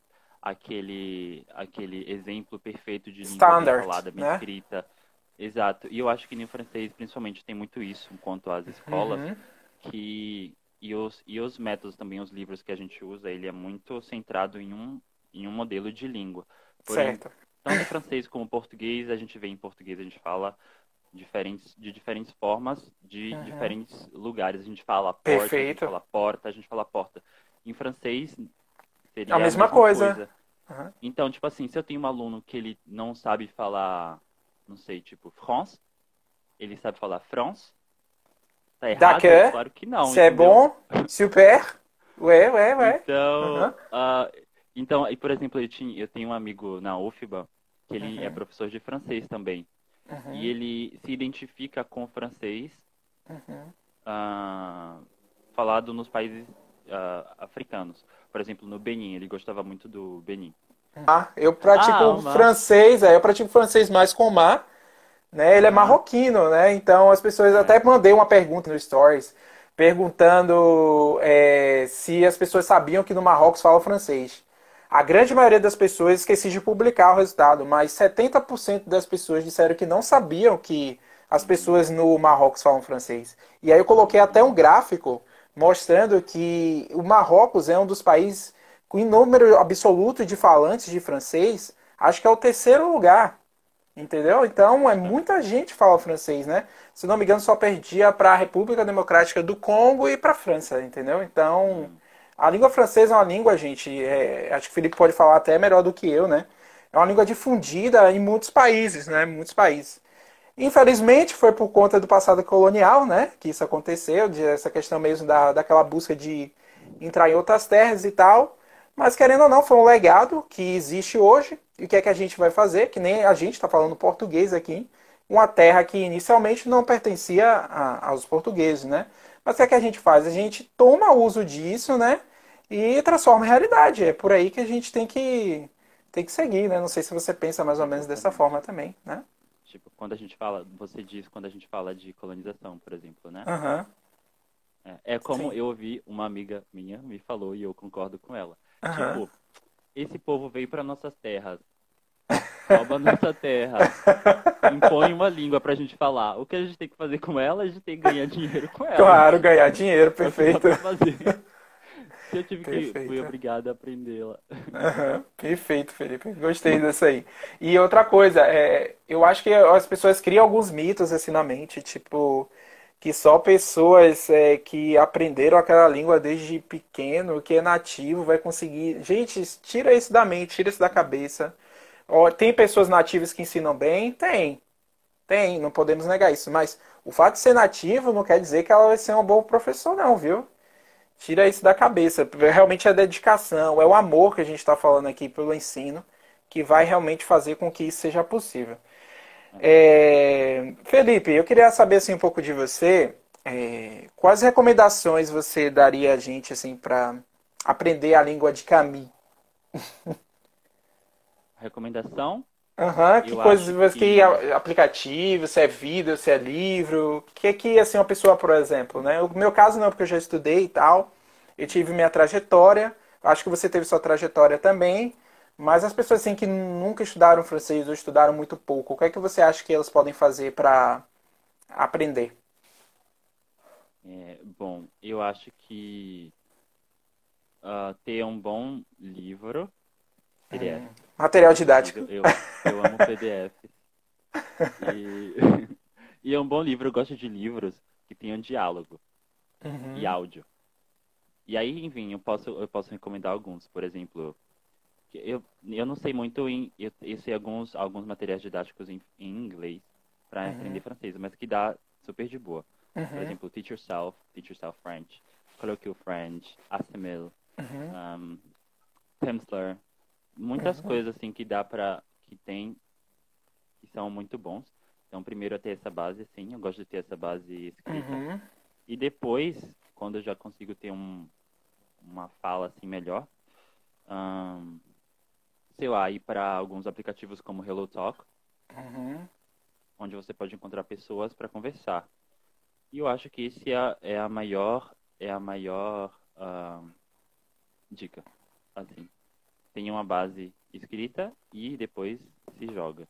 aquele aquele exemplo perfeito de língua bem Standard, falada, bem né? escrita. Exato. E eu acho que no francês, principalmente, tem muito isso, enquanto às escolas, Uhum. que e os e os métodos também, os livros que a gente usa, ele é muito centrado em um em um modelo de língua. Porém, Certo. tanto francês como português, a gente vê em português, a gente fala diferentes, de diferentes formas, de Uhum. diferentes lugares. A gente fala porte, a gente Perfeito. fala porta, a gente fala porta. Em francês, A seria a mesma mesma coisa. coisa. Uhum. Então, tipo assim, se eu tenho um aluno que ele não sabe falar, não sei, tipo, France, ele sabe falar France, tá errado? D'accord. Claro que não, C'est entendeu? bon. Super. Ouais, ouais, ouais. Então, Uhum. ah, então, e por exemplo, eu tinha, eu tenho um amigo na U F B A que ele é Uhum. professor de francês também. E Uhum. ele se identifica com o francês Uhum. ah, falado nos países ah, africanos. Por exemplo, no Benin, ele gostava muito do Benin. Ah, eu Ah, pratico Omar. francês, aí eu pratico francês mais com o Mar, né? Ele é Aham. marroquino, né? Então as pessoas É. até mandei uma pergunta no Stories perguntando é, se as pessoas sabiam que no Marrocos fala francês. A grande maioria das pessoas esqueci de publicar o resultado, mas setenta por cento das pessoas disseram que não sabiam que as Uhum. pessoas no Marrocos falam francês. E aí eu coloquei até um Uhum. gráfico mostrando que o Marrocos é um dos países em número absoluto de falantes de francês, acho que é o terceiro lugar. Entendeu? Então, é muita gente que fala francês, né? Se não me engano, só perdia para a República Democrática do Congo e para a França, entendeu? Então, Hum, a língua francesa é uma língua, gente, é, acho que o Felipe pode falar até melhor do que eu, né? É uma língua difundida em muitos países, né? Muitos países. Infelizmente, foi por conta do passado colonial, né? Que isso aconteceu, de essa questão mesmo da, daquela busca de entrar em outras terras e tal. Mas, querendo ou não, foi um legado que existe hoje. E o que é que a gente vai fazer? Que nem a gente está falando português aqui. Uma terra que inicialmente não pertencia a- aos portugueses, né? Mas o que é que a gente faz? A gente toma uso disso, né? E transforma em realidade. É por aí que a gente tem que, tem que seguir, né? Não sei se você pensa mais ou menos dessa exatamente. forma também, né? Tipo, quando a gente fala, você diz quando a gente fala de colonização, por exemplo, né? Aham, É, é como sim. eu ouvi uma amiga minha me falou e eu concordo com ela. Aham. Tipo, esse povo veio para nossas terras, rouba nossa terra, impõe uma língua pra gente falar. O que a gente tem que fazer com ela? A gente tem que ganhar dinheiro com ela. Claro, ganhar dinheiro, É o que dá perfeito. pra fazer. Se eu tive que, fui Perfeito. obrigado a aprendê-la. Aham, perfeito, Felipe. Gostei dessa aí. E outra coisa, é, eu acho que as pessoas criam alguns mitos assim na mente, tipo, que só pessoas é, que aprenderam aquela língua desde pequeno, que é nativo, vai conseguir. Gente, tira isso da mente, tira isso da cabeça. Ó, tem pessoas nativas que ensinam bem? Tem, tem, não podemos negar isso. Mas o fato de ser nativo não quer dizer que ela vai ser um bom professor, não, viu? Tira isso da cabeça. Realmente é a dedicação, é o amor que a gente está falando aqui pelo ensino que vai realmente fazer com que isso seja possível. É. É, Felipe, eu queria saber assim, um pouco de você. É, quais recomendações você daria a gente assim para aprender a língua de Camille? Recomendação? Aham, que Eu coisas acho você que que. aplicativo, se é vídeo, se é livro, que é que assim uma pessoa, por exemplo, né? O meu caso não, porque eu já estudei e tal. Eu tive minha trajetória, acho que você teve sua trajetória também, mas as pessoas assim que nunca estudaram francês ou estudaram muito pouco, o que é que você acha que elas podem fazer para aprender? É, bom, eu acho que ah, ter um bom livro, P D F, Material livro lido, didático. eu, eu amo P D F. E, e é um bom livro, eu gosto de livros que tenham diálogo e Uhum, áudio. E aí, enfim, eu posso, eu posso recomendar alguns. Por exemplo, que eu, eu não sei muito em. Eu, eu sei alguns, alguns materiais didáticos em, em inglês para aprender uhum, francês, mas que dá super de boa. Por uhum, exemplo, Teach Yourself, Teach Yourself French, Colloquial French, Assimil, uhum, um, Pimsleur. Muitas uhum, coisas assim que dá para que tem que são muito bons. Então, primeiro é ter essa base, sim, eu gosto de ter essa base escrita. uhum, E depois, quando eu já consigo ter um, uma fala assim melhor, ahn, sei lá, ir para alguns aplicativos como HelloTalk, uhum. onde você pode encontrar pessoas para conversar. E eu acho que esse é a, é a maior, é a maior ahn, dica. Assim, tem uma base escrita e depois se joga.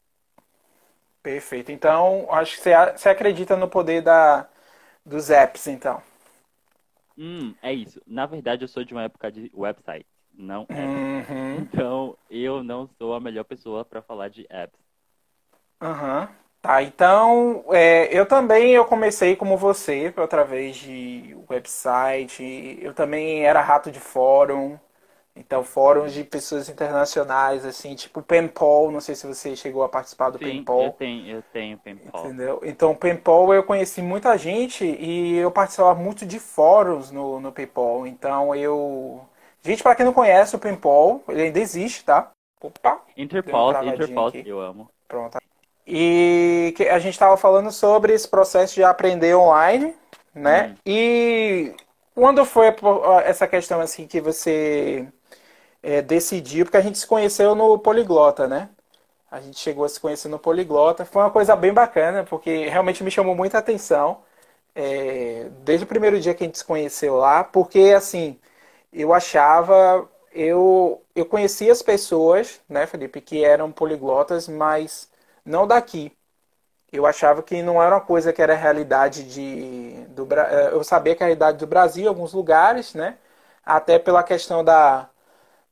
Perfeito. Então, acho que você, a- você acredita no poder da, dos apps, então. Hum, é isso. Na verdade, eu sou de uma época de website, não apps. Uhum. Então, eu não sou a melhor pessoa para falar de apps. Aham. Tá, então, é, eu também eu comecei como você, através de website. Eu também era rato de fórum. Então, fóruns Sim. de pessoas internacionais, assim, tipo Penpal. Não sei se você chegou a participar do Sim, eu Penpal. tenho, eu tenho PayPal. Entendeu? Então, o PayPal eu conheci muita gente e eu participava muito de fóruns no, no PayPal. Então, eu. Gente, para quem não conhece o PayPal, ele ainda existe, tá? Opa, deu uma Interpulse, travadinha Interpulse, aqui. eu amo. Pronto. E que a gente estava falando sobre esse processo de aprender online, né? Hum, E quando foi essa questão assim que você é, decidiu, porque a gente se conheceu no Poliglota, né? A gente chegou a se conhecer no Poliglota. Foi uma coisa bem bacana, porque realmente me chamou muita atenção. É, desde o primeiro dia que a gente se conheceu lá, porque assim, eu achava. Eu, eu conhecia as pessoas, né, Felipe, que eram poliglotas, mas não daqui. Eu achava que não era uma coisa que era realidade de. Do, eu sabia que era a realidade do Brasil, em alguns lugares, né? Até pela questão da,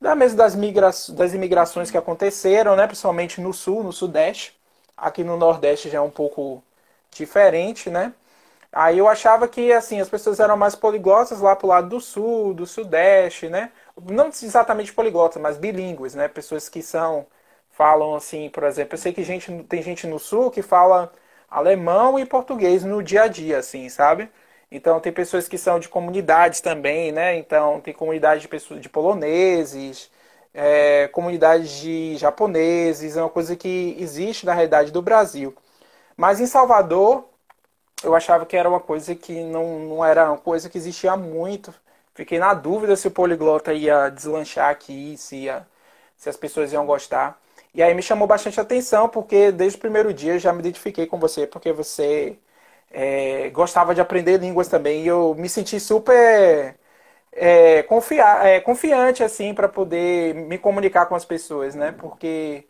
da mesmo das, migra das imigrações que aconteceram, né? Principalmente no sul, no sudeste. Aqui no nordeste já é um pouco diferente, né? Aí eu achava que assim as pessoas eram mais poliglotas lá pro lado do sul, do sudeste, né? Não exatamente poliglotas, mas bilíngues, né? Pessoas que são falam assim, por exemplo, eu sei que gente, tem gente no sul que fala alemão e português no dia a dia, assim, sabe? Então tem pessoas que são de comunidades também, né? Então tem comunidade de pessoas de poloneses, é, comunidade de japoneses, é uma coisa que existe na realidade do Brasil. Mas em Salvador eu achava que era uma coisa que não, não era uma coisa que existia muito. Fiquei na dúvida se o poliglota ia deslanchar aqui, se, ia, se as pessoas iam gostar. E aí me chamou bastante atenção, porque desde o primeiro dia eu já me identifiquei com você, porque você é, gostava de aprender línguas também. E eu me senti super é, confia é, confiante assim para poder me comunicar com as pessoas, né? Porque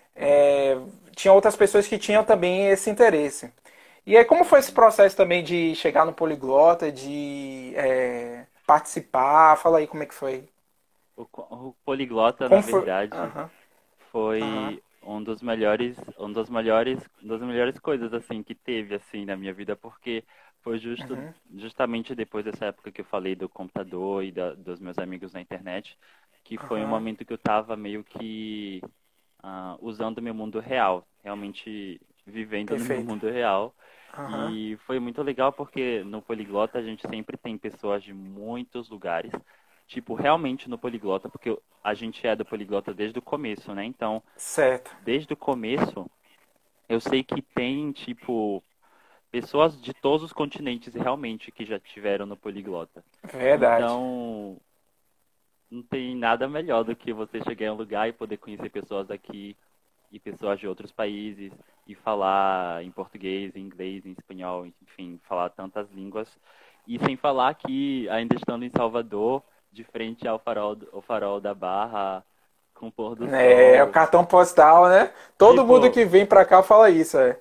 é, tinha outras pessoas que tinham também esse interesse. E aí, como foi esse processo também de chegar no Poliglota, de é, participar? Fala aí como é que foi. O, co- o poliglota, na Como foi? verdade, Aham, aham, foi um dos melhores, um dos melhores, uma das melhores coisas assim que teve assim na minha vida, porque foi justo, uhum, justamente depois dessa época que eu falei do computador e da, dos meus amigos na internet, que foi um aham, momento que eu estava meio que ah, usando o meu mundo real, realmente vivendo no meu perfeito. mundo real. Aham, E foi muito legal porque no Poliglota a gente sempre tem pessoas de muitos lugares. Tipo, realmente no Poliglota, porque a gente é do Poliglota desde o começo, né? Então, certo. desde o começo, eu sei que tem, tipo, pessoas de todos os continentes realmente que já tiveram no Poliglota. Verdade. Então, não tem nada melhor do que você chegar em um lugar e poder conhecer pessoas daqui e pessoas de outros países e falar em português, em inglês, em espanhol, enfim, falar tantas línguas. E sem falar que, ainda estando em Salvador, de frente ao farol, ao farol da Barra, com o pôr do É, é o sol, cartão postal, né? Todo mundo tipo, que vem pra cá fala isso, é.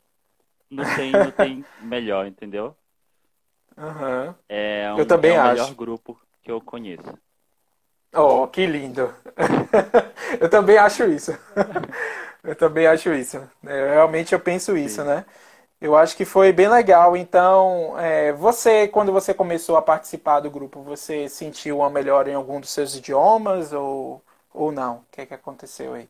não tem, não tem melhor, entendeu? Aham. É Eu um, é também o melhor acho. grupo que eu conheço. Oh, que lindo. Eu também acho isso. Eu também acho isso. É, realmente eu penso isso, Sim. né? Eu acho que foi bem legal. Então, é, você, quando você começou a participar do grupo, você sentiu uma melhora em algum dos seus idiomas ou, ou não? O que é que aconteceu aí?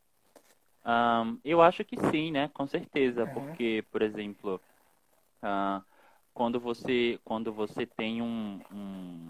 Ahn, eu acho que sim, né? Com certeza, Uhum. porque, por exemplo, ah, quando você quando você tem um, um,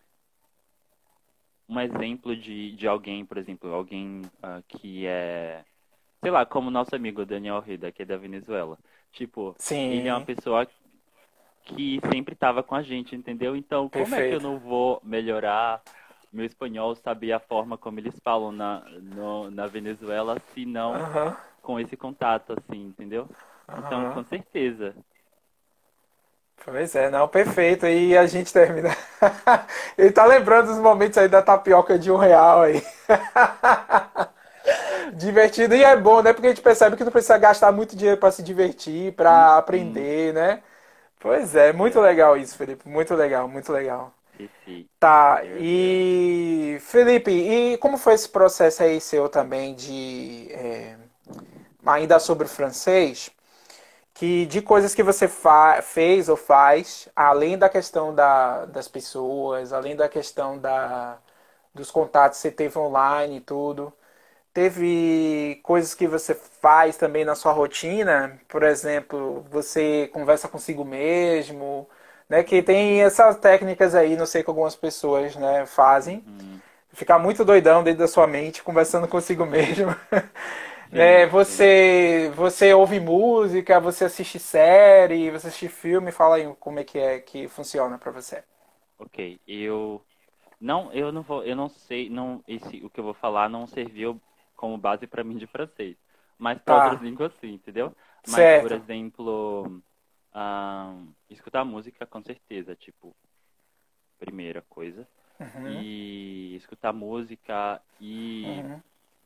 um exemplo de, de alguém, por exemplo, alguém ah, que é, sei lá, como nosso amigo Daniel Rida, que é da Venezuela. Tipo, ele é uma Sim, pessoa que sempre estava com a gente, entendeu? Então, como é que eu perfeito. não vou melhorar meu espanhol, saber a forma como eles falam na, no, na Venezuela, se não Aham, com esse contato, assim, entendeu? Então, aham. com certeza. Pois é, não, perfeito. E a gente termina. Ele tá lembrando dos momentos aí da tapioca de um real aí. Divertido e é bom, né? Porque a gente percebe que não precisa gastar muito dinheiro para se divertir, para Uhum. aprender, né? Pois é, muito Yeah. legal isso, Felipe. Muito legal, muito legal. Sim, sim. Tá, Very well. e Felipe, e como foi esse processo aí seu também de é, ainda sobre o francês? Que de coisas que você fa fez ou faz, além da questão da, das pessoas, além da questão da, dos contatos que você teve online e tudo, teve coisas que você faz também na sua rotina? Por exemplo, você conversa consigo mesmo, né? Que tem essas técnicas aí, não sei que algumas pessoas, né, fazem. Uhum. Ficar muito doidão dentro da sua mente, conversando consigo mesmo. Né, Sim, sim. você, você ouve música, você assiste série, você assiste filme, fala aí como é que é que funciona pra você. Ok. Eu não, eu não vou, eu não sei, não, esse, o que eu vou falar não serviu como base para mim de francês, mas para outras Tá, línguas sim, entendeu? Mas, por certo. exemplo, ahn, escutar música com certeza, tipo, primeira coisa. Uhum, E escutar música e uhum,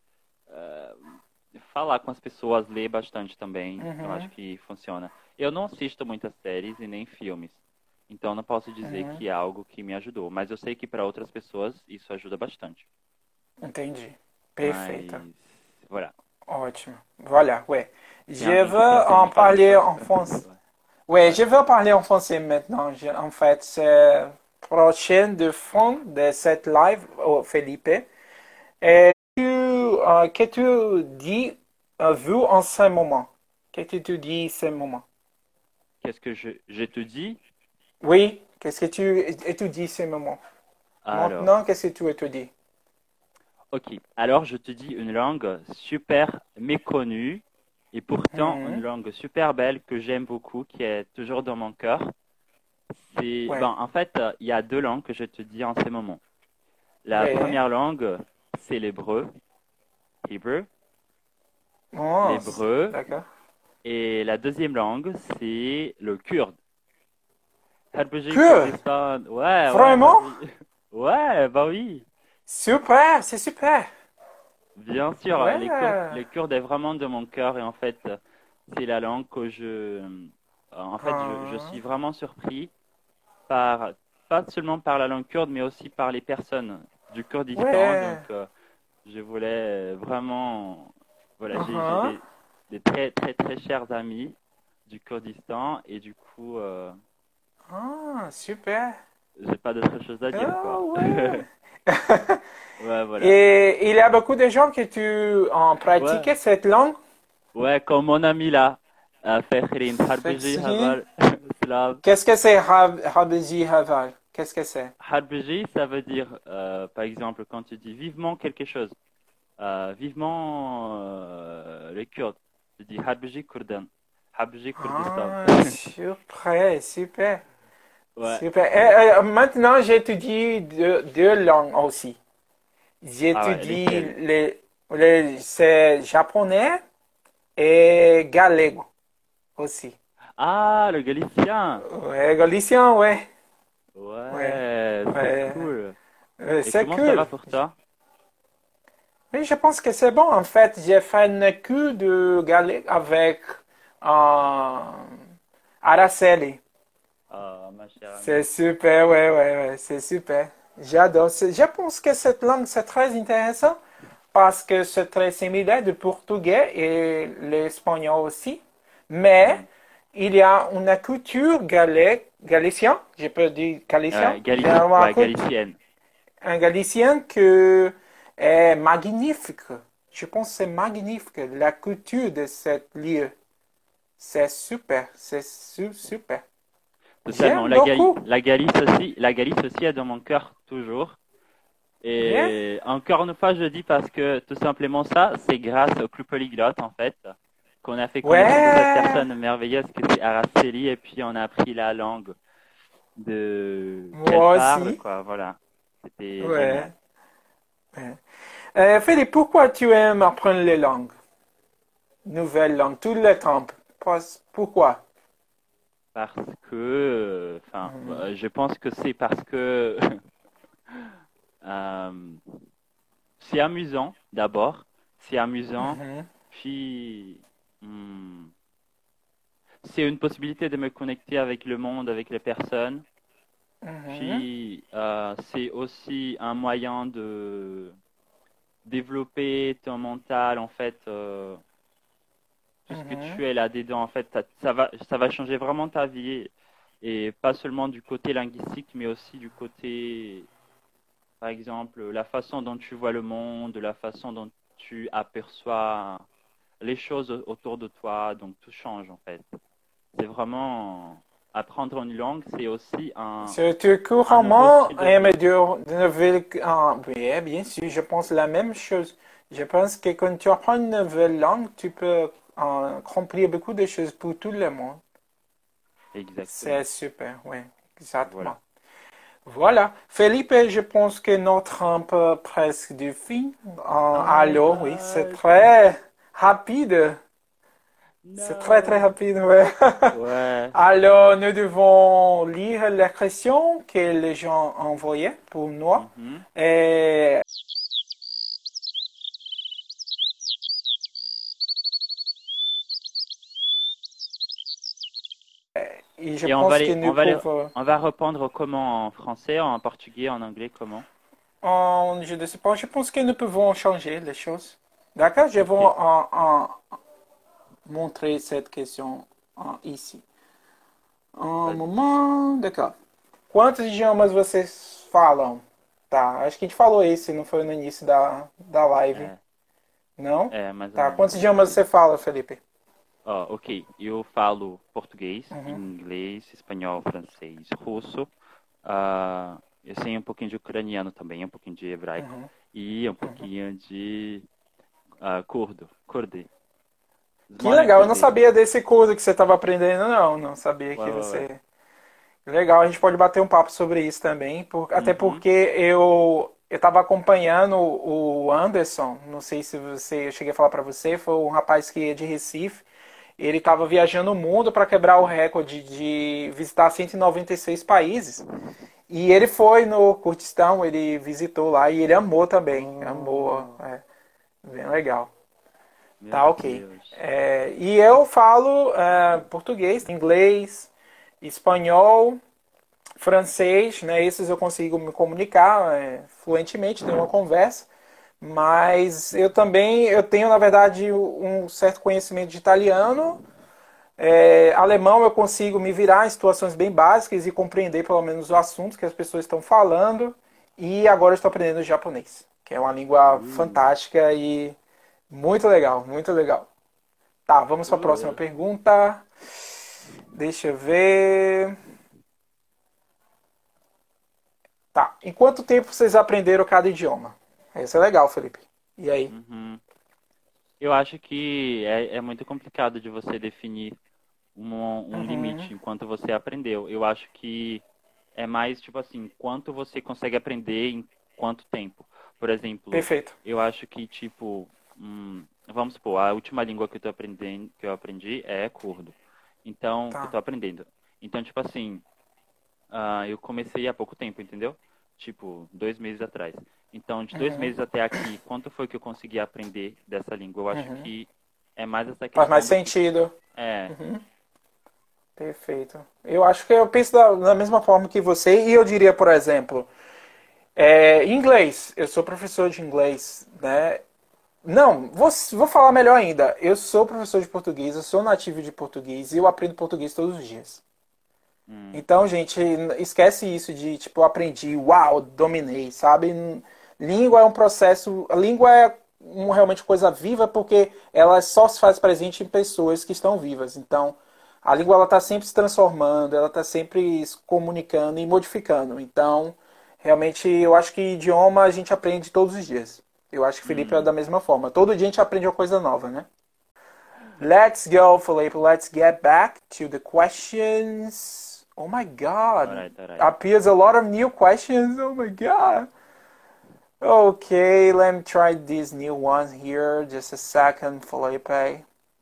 falar com as pessoas, ler bastante também, eu acho uhum, que funciona. Eu não assisto muitas séries e nem filmes, então não posso dizer uhum. que é algo que me ajudou, mas eu sei que para outras pessoas isso ajuda bastante. Entendi. Perfeito. Mas voilà. Ótimo. Voilà, ouais. C'est Je un- une veux question assez en mécanique, parler quoi. en français. Ouais. Ouais, Ouais. je veux parler en français maintenant. Je- en fait, c'est prochaine de fin de cette live, oh, Felipe. Et tu, euh, que tu dis, euh, vu en ce moment? Qu'est-ce que tu dis ce moment? Qu'est-ce que je, je te dis? Oui, qu'est-ce que tu étudies ce moment? Alors, Maintenant, qu'est-ce que tu étudies? ok. Alors, je te dis une langue super méconnue et pourtant une Mhm. langue super belle que j'aime beaucoup, qui est toujours dans mon cœur. C'est, Ouais, ben, en fait, euh, il y a deux langues que je te dis en ce moment. La ouais. première langue, c'est l'hébreu, Hebrew, Oh, l'hébreu, d'accord. et la deuxième langue, c'est le kurde. Harbiji Que? Kurdistan. Ouais, ouais, Vraiment? Harbiji. Ouais, bah oui. Super, c'est super. Bien sûr, les Kurdes, Ouais. les Kurdes est vraiment de mon cœur et en fait, c'est la langue que je, euh, en fait, je, je Ah, suis vraiment surpris par, pas seulement par la langue kurde, mais aussi par les personnes du Kurdistan. ouais. Donc, euh, je voulais vraiment, voilà, j'ai, j'ai Uh-huh. des, des très, très, très chers amis du Kurdistan et du coup, euh, Ah, super. j'ai pas d'autre chose à dire, Ah, quoi. ouais. Ouais, voilà. Et il y a beaucoup de gens que tu en Ouais. pratiquent cette langue? Ouais, comme mon ami là, euh, Fekhrine Harbiji Fexine. Haval Slav. Qu'est-ce que c'est Hab- Habeji Haval? Qu'est-ce que c'est? Harbiji, ça veut dire, euh, par exemple, quand tu dis vivement quelque chose, euh, vivement euh, les Kurdes, tu dis Harbiji Kurdan, Harbiji Kurdistan. Ah, super, super, Ouais, super. c'est. Et, euh, maintenant, j'étudie deux, deux langues aussi. Ah ouais, J'étudie lesquels? les, les, c'est japonais et galego aussi. Ah, le galicien! Ouais, galicien, ouais, ouais, Ouais, c'est ouais. cool. Euh, Et c'est comment ça cool. va pour toi? Mais je pense que c'est bon. En fait, j'ai fait une queue de galette avec euh, Araceli. Ah, ma chère C'est amie. super, ouais, ouais, ouais, c'est super. J'adore. C'est- Je pense que cette langue, c'est très intéressant parce que c'est très similaire du portugais et l'espagnol aussi. Mais Mhm. il y a une culture galé, galicien, je peux dire galicien. Ouais, Il y a Galicie, une ouais, culture galicienne. un Galicien que est magnifique. Je pense que c'est magnifique. La culture de ce lieu, c'est super. C'est su- super. Totalement. J'aime La Gali- beaucoup. la Galice aussi, la Galice aussi est dans mon cœur toujours. Yeah. Et encore une fois, je dis parce que tout simplement ça, c'est grâce au Club Polyglotte en fait qu'on a fait connaissance cette Ouais. personne merveilleuse que c'est Araceli et puis on a appris la langue de qu'elle Moi parle aussi. quoi. Voilà, c'était génial. Ouais. Ouais. Euh, Philippe, pourquoi tu aimes apprendre les langues? Nouvelles langues, tout le temps. Pas- Pourquoi? Parce que, euh, enfin, Mhm. euh, je pense que c'est parce que euh, c'est amusant d'abord, c'est amusant, Mhm. puis hmm, c'est une possibilité de me connecter avec le monde, avec les personnes. Mhm. Puis euh, c'est aussi un moyen de développer ton mental, en fait, euh, tout ce que Mhm. tu es là-dedans, en fait, ça, ça va, ça va changer vraiment ta vie. Et pas seulement du côté linguistique, mais aussi du côté, par exemple, la façon dont tu vois le monde, la façon dont tu aperçois les choses autour de toi. Donc tout change, en fait. C'est vraiment apprendre une langue, c'est aussi un, Surtout un nouveau couramment, style de aimer vie. de, de nouvelles... Ah, oui, bien sûr, je pense la même chose. Je pense que quand tu apprends une nouvelle langue, tu peux euh, accomplir beaucoup de choses pour tout le monde. C'est Exactement. super, oui, exactement. Voilà. Voilà. Philippe, je pense que notre temps peut presque du fin. Euh, Oh alors, oui, c'est gosh. très rapide. C'est très, très No. rapide, ouais. Ouais. Alors, nous devons lire les questions que les gens ont envoyées pour nous. Mhm. Et, et je Et on va pense que les, on nous va les, pouvons... on va reprendre comment en français, en portugais, en anglais, comment? en, je ne sais pas, je pense que nous pouvons changer les choses. D'accord? Je vais Ok. en, en montrer cette question en, ici. Um Pode. moment, d'accord. Quantos idiomas vocês falam? Tá, acho que a gente falou esse, não foi no início da, da live, É, não? é mais ou Tá, menos quantos isso idiomas aí. você fala, Felipe? Ó, ok. Eu falo português, Uhum, inglês, espanhol, francês, russo. Ah, eu sei um pouquinho de ucraniano também, um pouquinho de hebraico uhum, e um uhum. pouquinho de ah, curdo, kurdi. Que Zmony legal, eu não kurdi. sabia desse curso que você estava aprendendo, não. Não sabia Ué, que ué, ué. você. Legal, a gente pode bater um papo sobre isso também, por- até Uhum. porque eu eu estava acompanhando o Anderson, não sei se você, eu cheguei a falar para você, foi um rapaz que é de Recife, ele estava viajando o mundo para quebrar o recorde de visitar cento e noventa e seis países. E ele foi no Kurdistão, ele visitou lá e ele amou também, amou, Oh, é, bem legal. meu Tá, ok. Deus. É, e eu falo é, português, inglês, espanhol, francês, né? Esses eu consigo me comunicar é, fluentemente, ter uma conversa. Mas eu também eu tenho, na verdade, um certo conhecimento de italiano. É, alemão eu consigo me virar em situações bem básicas e compreender pelo menos os assuntos que as pessoas estão falando. E agora eu estou aprendendo japonês, que é uma língua Uh, fantástica e muito legal, muito legal. Tá, vamos para a próxima uh. pergunta. Deixa eu ver. Tá. Em quanto tempo vocês aprenderam cada idioma? Isso é legal, Felipe. E aí? Uhum. Eu acho que é, é muito complicado de você definir um, um Uhum. limite enquanto você aprendeu. Eu acho que é mais tipo assim, quanto você consegue aprender em quanto tempo. Por exemplo, Perfeito. eu acho que tipo, hum, vamos supor, a última língua que eu tô aprendendo, que eu aprendi é curdo. Então, que eu Tá. tô aprendendo. Então, tipo assim, ah, eu comecei há pouco tempo, entendeu? Tipo, dois meses atrás. Então, de dois Uhum. meses até aqui, quanto foi que eu consegui aprender dessa língua? Eu acho Uhum. que é mais essa Faz mais questão do que. sentido. É. Uhum. Perfeito. Eu acho que eu penso da, da mesma forma que você, e eu diria, por exemplo, é, inglês. Eu sou professor de inglês, né? Não, vou, vou falar melhor ainda. Eu sou professor de português, eu sou nativo de português e eu aprendo português todos os dias. Hum, Então, gente, esquece isso de tipo, aprendi, uau, dominei, sabe? Língua é um processo. A língua é uma realmente coisa viva porque ela só se faz presente em pessoas que estão vivas. Então, a língua ela está sempre se transformando, ela está sempre se comunicando e modificando. Então, realmente, eu acho que idioma a gente aprende todos os dias. Eu acho que o Felipe é da hum. mesma forma. Todo dia a gente aprende uma coisa nova, né? Let's go, Felipe. Let's get back to the questions. Oh my god. Alright, alright. Appears a lot of new questions. Oh my god. Okay, let me try this new one here. Just a second, Felipe.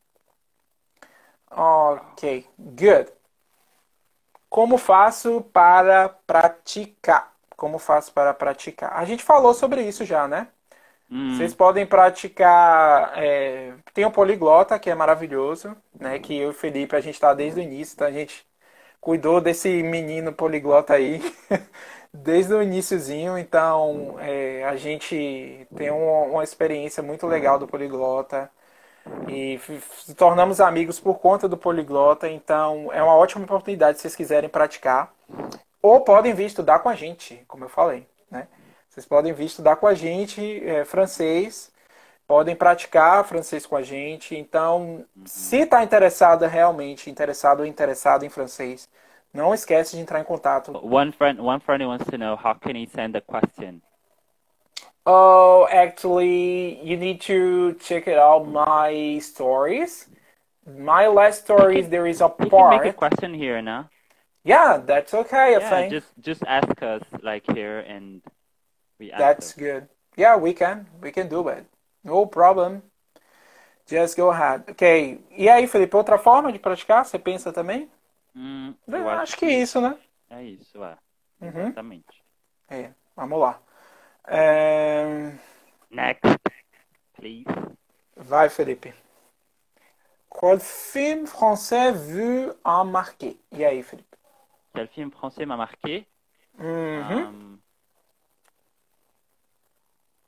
Ok, good. Como faço para praticar? Como faço para praticar? A gente falou sobre isso já, né? Vocês Hum, podem praticar. É, tem o Poliglota, que é maravilhoso, né? Que eu e o Felipe, a gente está desde o início, então a gente cuidou desse menino poliglota aí desde o iniciozinho. Então é, a gente tem uma, uma experiência muito legal do poliglota e f- tornamos amigos por conta do poliglota. Então é uma ótima oportunidade se vocês quiserem praticar. Ou podem vir estudar com a gente, como eu falei, né? Vocês podem vir estudar com a gente é, francês, podem praticar francês com a gente. Então, se uhum. está interessada realmente, interessado ou interessado em francês, não esquece de entrar em contato. One friend, one friend wants to know how can he send a question? Oh, actually, you need to check it out my stories. My last He stories, can, there is a he can make a part. question here, no? Yeah, that's okay, I Yeah, think. just just ask us like here and we That's answer. good. Yeah, we can. We can do it. No problem. Just go ahead. Ok. E aí, Felipe, outra forma de praticar? Você pensa também? Hum, É, eu acho acho que que isso, né? é isso, é. Uhum. Exatamente. É, vamos lá. É, Next, please. vai, Felipe. Qual film français vu en marqué? E aí, Felipe? Quel film français m'a marqué? Uhum. Hum,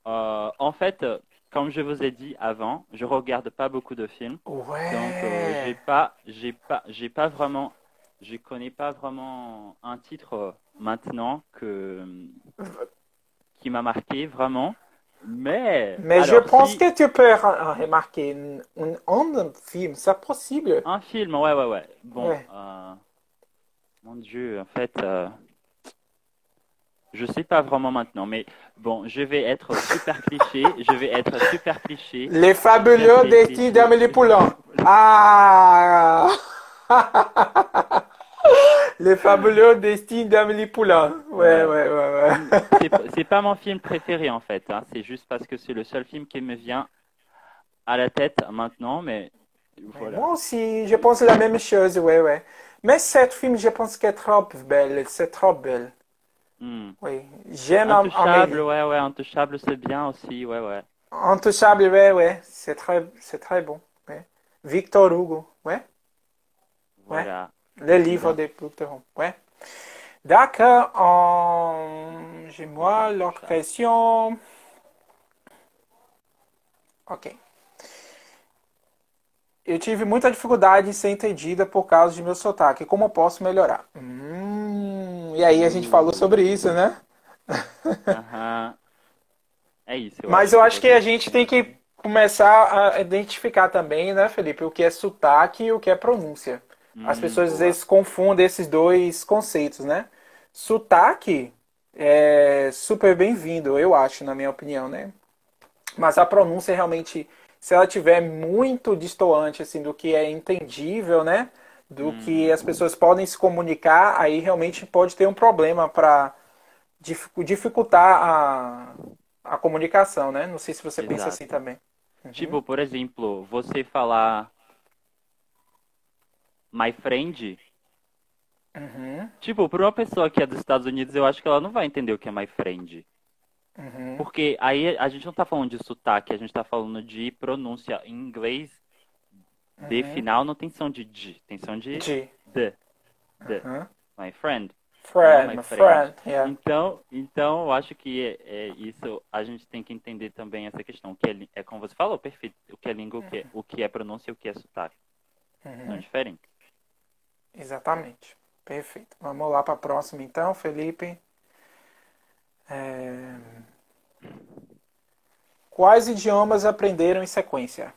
Euh, en fait, euh, comme je vous ai dit avant, je regarde pas beaucoup de films, donc euh, j'ai Ouais. pas, j'ai pas, j'ai pas vraiment, je connais pas vraiment un titre euh, maintenant que qui m'a marqué vraiment. Mais Mais je alors pense si que tu peux re- remarquer un, un film, c'est possible. un film, ouais, ouais, ouais. Bon, Ouais. euh, mon Dieu, en fait, euh, je sais pas vraiment maintenant, mais bon, je vais être super cliché, je vais être super cliché, Les super fabuleux cli- destins cliché. d'Amélie Poulain. Ah! Les fabuleux destins d'Amélie Poulain. Ouais, Ouais. ouais, ouais, Hmm, ouais. C'est p- c'est pas mon film préféré en fait, hein. C'est juste parce que c'est le seul film qui me vient à la tête maintenant, mais Ouais, voilà. moi aussi, je pense la même chose, ouais, ouais. Mais cet film, je pense qu'elle est trop belle, c'est trop belle. Hmm. Oui, j'aime Am- Intouchable, Amélie. ouais, ouais, Intouchable, c'est bien aussi, ouais, ouais. Intouchable, ouais, ouais, c'est très, c'est très bon. Ouais. Victor Hugo, ouais, ouais. Voilà. Le C'est livre bien. de Victor Hugo, ouais. D'accord, en... j'ai moi l'autre Intouchable. question. Ok. Eu tive muita dificuldade em ser entendida por causa de meu sotaque. Como posso melhorar? Hum, e aí a gente falou sobre isso, Uh. né? Aham. É isso, eu Mas acho eu que acho que você a tem gente tem que que. começar a identificar também, né, Felipe, o que é sotaque e o que é pronúncia. As Hum, pessoas às boa. vezes confundem esses dois conceitos, né? Sotaque é super bem-vindo, eu acho, na minha opinião, né? Mas a pronúncia realmente, se ela tiver muito distoante assim do que é entendível, né? Do que Uhum. as pessoas podem se comunicar, aí realmente pode ter um problema para dificultar a, a comunicação, né? Não sei se você pensa assim Exato. também. Uhum. Tipo, por exemplo, você falar my friend, Uhum. tipo, para uma pessoa que é dos Estados Unidos, eu acho que ela não vai entender o que é my friend. Uhum. Porque aí a gente não tá falando de sotaque, a gente tá falando de pronúncia. Em inglês, D Uhum. final não tem som de D, tem som de De. D, D. Uhum. My friend, não Friend, my my friend. friend, yeah. Então, então eu acho que é, é isso, a gente tem que entender também essa questão, o que é, li- é como você falou, perfeito, o que é língua, o que é, o que é pronúncia e o que é sotaque. São Uhum. diferentes. Exatamente. Perfeito. Vamos lá para a próxima então, Felipe. É... Quais idiomas aprenderam em sequência?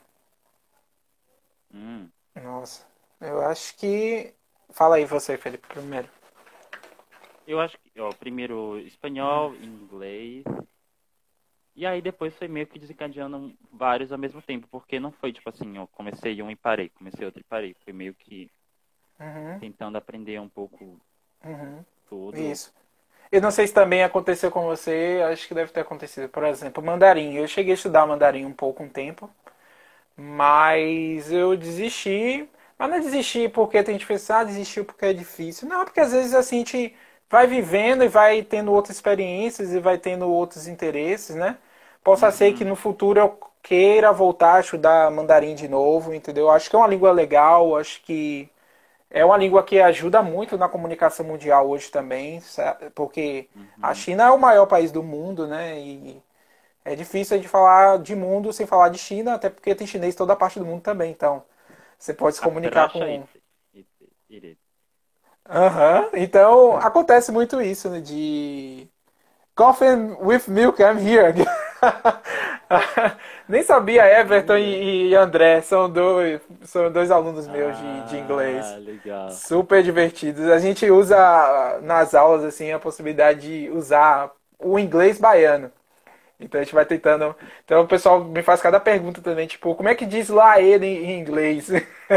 Hum. Nossa, eu acho que. Fala aí você, Felipe, primeiro. Eu acho que, ó, primeiro espanhol, inglês, e aí depois foi meio que desencadeando vários ao mesmo tempo, porque não foi tipo assim, eu comecei um e parei, comecei outro e parei. Foi meio que Uhum, tentando aprender um pouco uhum. tudo. Isso. Eu não sei se também aconteceu com você, acho que deve ter acontecido. Por exemplo, mandarim. Eu cheguei a estudar mandarim um pouco, um tempo, mas eu desisti. Mas não desisti porque tem gente que pensa, ah, desistiu porque é difícil. Não, porque às vezes assim, a gente vai vivendo e vai tendo outras experiências e vai tendo outros interesses, né? Possa ser que Uhum, no futuro eu queira voltar a estudar mandarim de novo, entendeu? Acho que é uma língua legal, acho que é uma língua que ajuda muito na comunicação mundial hoje também, porque a uhum. China é o maior país do mundo, né? E é difícil a gente falar de mundo sem falar de China, até porque tem chinês em toda parte do mundo também. Então, você pode se comunicar Apraxa com. ite, ite, ire. Aham. Uhum. Então, acontece muito isso, né? De. Coffee with milk, I'm here. Nem sabia, Everton Olha. e, e André são dois, são dois alunos meus de, de Ah, inglês. legal. Super divertidos. A gente usa nas aulas assim a possibilidade de usar o inglês baiano. Então a gente vai tentando. Então o pessoal me faz cada pergunta também, tipo, como é que diz lá ele em inglês?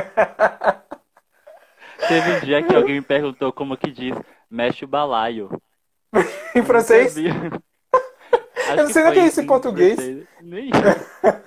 Teve um dia que alguém me perguntou como que diz mexe o balaio. Em Eu não francês? sabia. Eu Acho não que sei nem o que foi é em isso em em português. francês. Nem eu.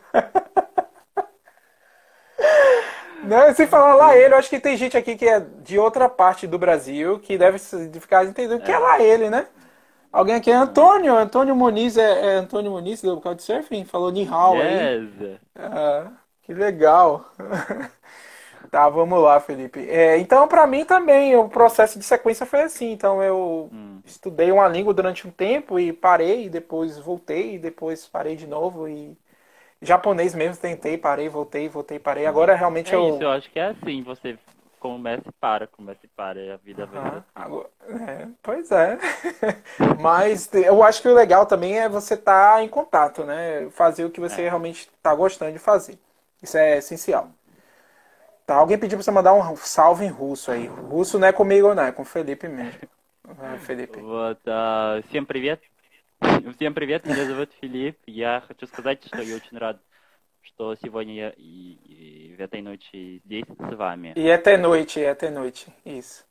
Não, sem falar lá ele, eu acho que tem gente aqui que é de outra parte do Brasil que deve ficar entendendo o que é É. lá ele, né? Alguém aqui é Aham. Antônio, Antônio Muniz, é, é Antônio Muniz do Couchsurfing, falou Ni Hao aí. Yes. Ah, que legal. Tá, vamos lá, Felipe. É, então, para mim também, o processo de sequência foi assim. Então, eu Hum. estudei uma língua durante um tempo e parei, e depois voltei, e depois parei de novo. E japonês mesmo, tentei, parei, voltei, voltei, parei. Agora, realmente, É isso, eu... eu acho que é assim, você começa e para, começa e para, e a vida vai ser Aham, assim. agora- é, pois é. Mas eu acho que o legal também é você estar em contato, né? Fazer o que você É. realmente está gostando de fazer. Isso é essencial. Hum. Tá, alguém pediu pra você mandar um salve em russo aí. Russo não é comigo, não, é com o Felipe mesmo. É, Felipe. Вот, а, всем привет. Всем привет, меня зовут Филипп. Я хочу сказать, что я очень рад, что сегодня я и, и в этой ночи здесь с вами. E é até noite, é até noite. Isso.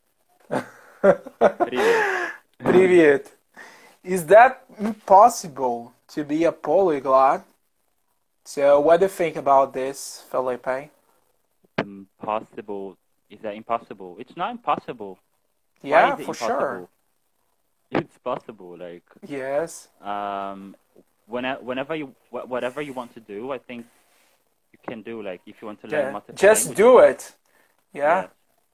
Привет. Привет. Is that impossible to be a polyglot? So, what do you think about this, Felipe? Impossible. Is that impossible? It's not impossible. Why Yeah, is it for impossible? sure. It's possible. Like, Yes. um, when, whenever you, wh- whatever you want to do, I think you can do. Like, if you want to learn Yeah. multiple Just languages, do it. yeah. Yeah.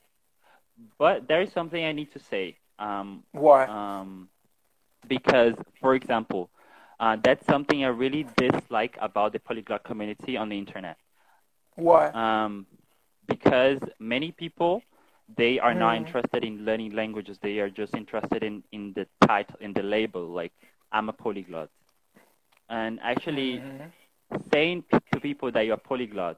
But there is something I need to say. Um, What? um, because, for example, uh, that's something I really dislike about the polyglot community on the internet. What? Um, because many people, they are not Mm. interested in learning languages. They are just interested in, in the title, in the label, like, I'm a polyglot. And actually, Mhm. saying p- to people that you're polyglot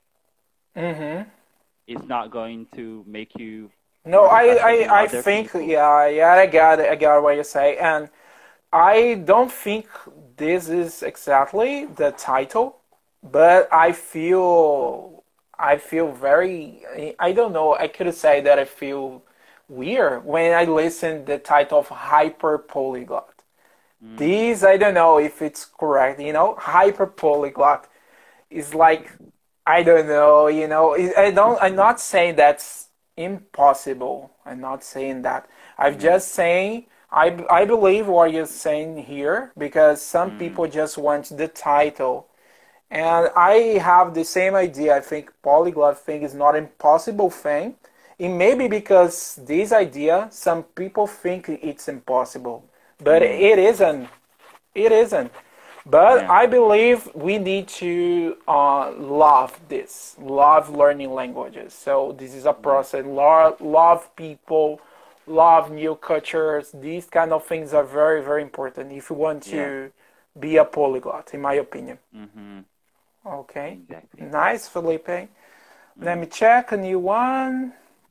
Mhm. is not going to make you No, more I, special than I, I other think, people. yeah, yeah, I got it, I got what you say, and I don't think this is exactly the title, but I feel, I feel very, I don't know, I could say that I feel weird when I listen the title of hyper polyglot. Mm. This, I don't know if it's correct, you know, hyper polyglot is like, I don't know, you know, I don't, I'm not saying that's impossible. I'm not saying that. I'm Yeah. just saying, I, I believe what you're saying here because some Mm. people just want the title. And I have the same idea. I think polyglot thing is not an impossible thing. And maybe because this idea, some people think it's impossible. But Mm. it isn't. It isn't. But Yeah. I believe we need to uh, love this, love learning languages. So this is a process. Love, love people, love new cultures. These kind of things are very, very important if you want to be a polyglot, in my opinion. Mm-hmm. Okay. Exactly. Nice, Felipe. Mm. Let me check a new one.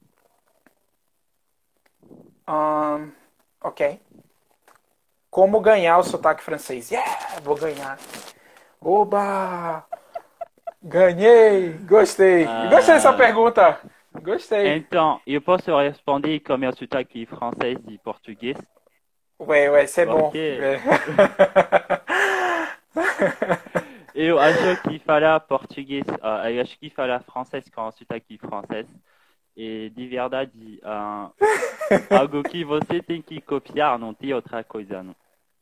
Um, ok. Como ganhar o sotaque francês? Yeah, vou ganhar. Oba! Ganhei! Gostei! Ah. Gostei dessa pergunta! Gostei! Então, eu posso responder com meu sotaque francês e português? Ué, ué, c'est bon. Porque É. eu acho que falar português, ah, eu acho que falar francês com sotaque francês é de verdade ah, algo que você tem que copiar, não tem outra coisa, não.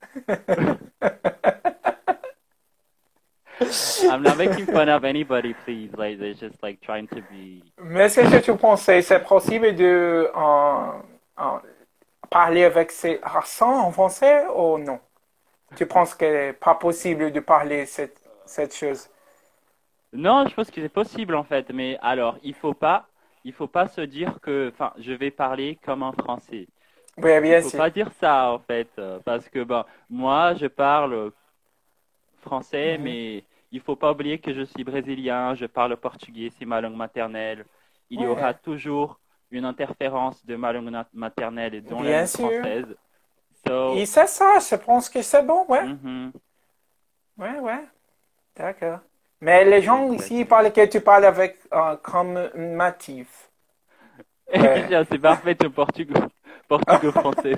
I'm not making fun of anybody, please. Like, they're just like trying to be. Mais est-ce que tu conseilles, c'est possible de euh, euh, parler avec ces accents en français ou non? Tu penses que c'est pas possible de parler cette, cette chose? Non, je pense que c'est possible en fait, mais alors il faut pas, il faut pas se dire que, enfin, je vais parler comme un Français. Oui, bien Il faut sûr. pas dire ça en fait, euh, parce que ben moi je parle français, Mhm. mais il faut pas oublier que je suis brésilien, je parle portugais, c'est ma langue maternelle. Il y Ouais. aura toujours une interférence de ma langue na- maternelle et dans la Bien langue sûr. française. So, Et c'est ça, je pense que c'est bon, ouais. mhm. Ouais, ouais. D'accord. Mais les gens ici ils parlent que tu parles avec euh, comme natif. Ouais. Déjà, c'est parfait ton portugais, portugais français.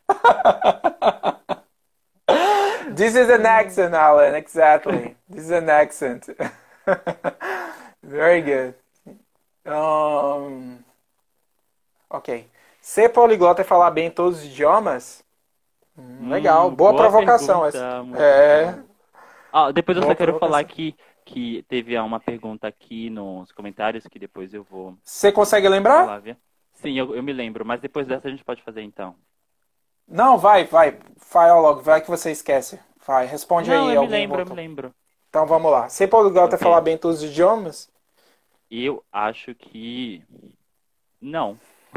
This is an accent, Alan. Exactly. This is an accent. Very good. Um, ok. Ser poliglota é falar bem todos os idiomas? Hum, legal. Hum, Boa, boa provocação pergunta, essa. muito É. bom. Ah, depois eu só Vou, quero vou falar pensar. que, que teve uma pergunta aqui nos comentários que depois eu vou Você consegue lembrar? falar, viu? Sim, eu, eu me lembro, mas depois dessa a gente pode fazer então. Não, vai, vai. Fala logo, vai que você esquece. Vai, responde Não, aí eu me algum lembro, eu me outro. lembro. Então vamos lá. Ser poliglota é Ok. falar bem todos os idiomas? Eu acho que não.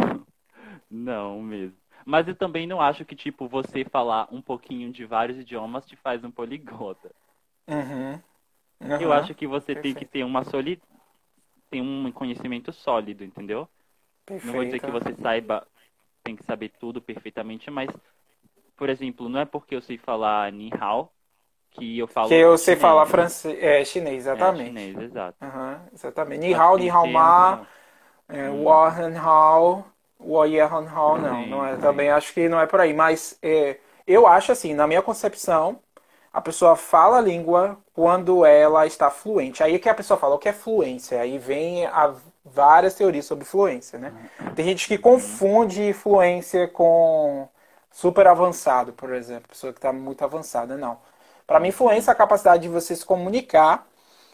Não mesmo. Mas eu também não acho que, tipo, você falar um pouquinho de vários idiomas te faz um poliglota. Uhum. Eu Uhum. acho que você tem que Perfeito. ter uma soli... tem um conhecimento sólido, entendeu? Não vou dizer Perfeito. que você saiba, tem que saber tudo perfeitamente, mas, por exemplo, não é porque eu sei falar ni hao que eu Que falo eu sei falar chinês. francês, é, chinês, É, exatamente. chinês, exato. Uhum, exatamente. Ni Eu acho que hao, tem ni que hao ter um ma, pouquinho. é, wa Uhum. han hao, wa ye han hao, não. Não Sim, é, sim. também acho que não é por aí. Mas é, eu acho assim, na minha concepção, a pessoa fala a língua quando ela está fluente. Aí é que a pessoa fala o que é fluência. Aí vem a, várias teorias sobre fluência, né? Tem gente que Uhum. confunde fluência com super avançado, por exemplo. Pessoa que está muito avançada, não. Para mim, fluência é Uhum. a capacidade de você se comunicar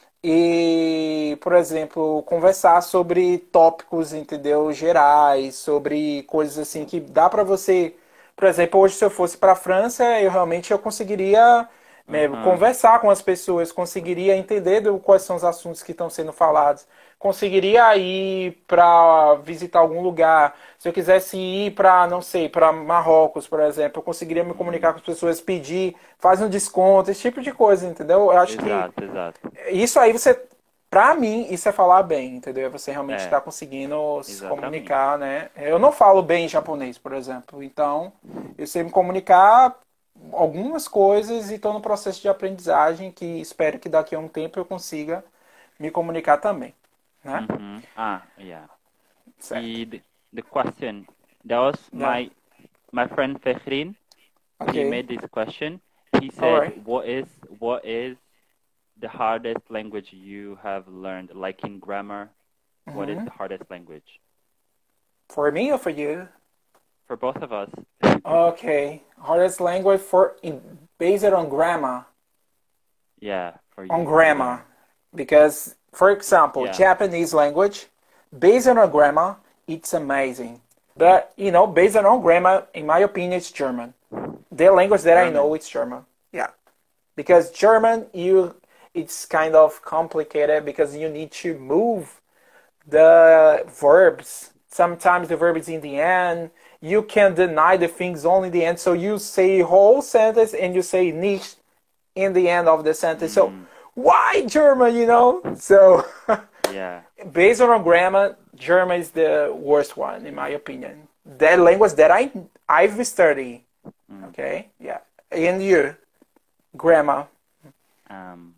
e, por exemplo, conversar sobre tópicos, entendeu, gerais, sobre coisas assim que dá para você, por exemplo, hoje se eu fosse para a França, eu realmente eu conseguiria né, Uhum. conversar com as pessoas, conseguiria entender do, quais são os assuntos que estão sendo falados, conseguiria ir para visitar algum lugar. Se eu quisesse ir para, não sei, para Marrocos, por exemplo, eu conseguiria me comunicar Uhum. com as pessoas, pedir, faz um desconto, esse tipo de coisa, entendeu? Eu acho que Exato, exato. isso aí você, pra mim, isso é falar bem, entendeu? É você realmente É, estar conseguindo se exatamente. comunicar, né? Eu não falo bem japonês, por exemplo, então eu sei me comunicar algumas coisas e estou no processo de aprendizagem que espero que daqui a um tempo eu consiga me comunicar também, né? Mhm. Ah, yeah. Certo. E the, the question that was Yeah. my my friend Fehrin. He Ok. made this question. He said, Alright. "What is what is the hardest language you have learned? Like in grammar, what is Uhum. the hardest language For me or for you? for both of us?" Okay. Hardest language for in, based on grammar. Yeah, for On you to grammar. learn. Because, for example, Yeah. Japanese language, based on grammar, it's amazing. But, you know, based on grammar, in my opinion, it's German. The language that I German. know, it's German. Yeah. Because German, you, it's kind of complicated because you need to move the verbs. Sometimes the verb is in the end. You can deny the things only in the end. So you say whole sentence and you say nicht in the end of the sentence. So Mm, why German, you know? So yeah. based on grammar, German is the worst one in my opinion. That language that I I've studied. Mm. Okay, yeah. And you, grammar. Um,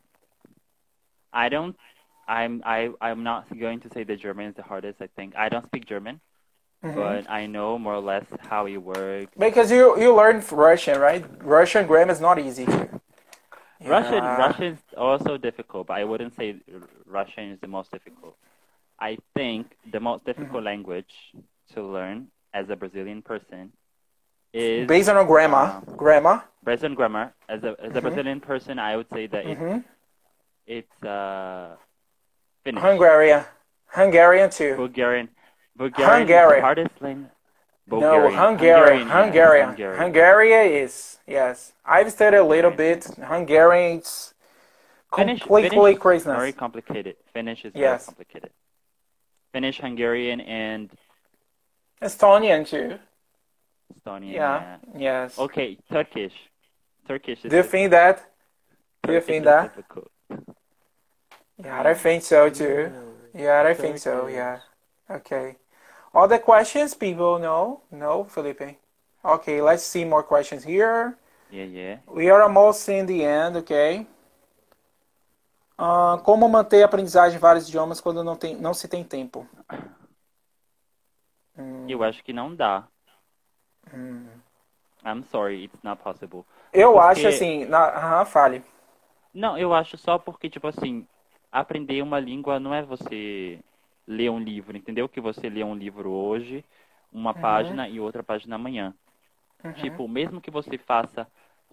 I don't. I'm. I. I'm not going to say that German is the hardest. I think I don't speak German, Mm-hmm. but I know more or less how it works. Because you you learn Russian, right? Russian grammar is not easy too. Russian. Yeah. Russian is also difficult, but I wouldn't say R- Russian is the most difficult. I think the most difficult language to learn as a Brazilian person is Based on grammar, uh, grammar. Brazilian grammar. As a as a Mm-hmm. Brazilian person, I would say that it's Mm-hmm. it's uh, Finnish. Hungarian, Hungarian too. Bulgarian. Bulgarian is the Hungarian. hardest language. No, Bulgarian. Hungarian, Hungarian, yes. Hungarian. Hungarian. Hungarian is, yes. I've studied a little Hungarian. bit. Hungarian is Finnish. Finnish completely is very craziness. complicated. Finnish is very Yes. complicated. Finnish, Hungarian, and Estonian too. Estonian. Yeah, Yeah. yes. Okay, Turkish. Turkish is Do you think difficult. that? Do you Turkish think is that? difficult. Yeah, I think so too. Yeah, I think so, Turkish. yeah. Okay. Other questions, people? No? No, Felipe? Okay, let's see more questions here. Yeah, yeah. We are almost in the end, okay? Uh, como manter a aprendizagem de vários idiomas quando não, tem, não se tem tempo? Eu acho que não dá. Hum. I'm sorry, it's not possible. Eu acho Porque assim, na, aham, fale. não, eu acho só porque tipo assim, aprender uma língua não é você ler um livro, entendeu? Que você lê um livro hoje, uma Uhum, página e outra página amanhã. uhum, Tipo, mesmo que você faça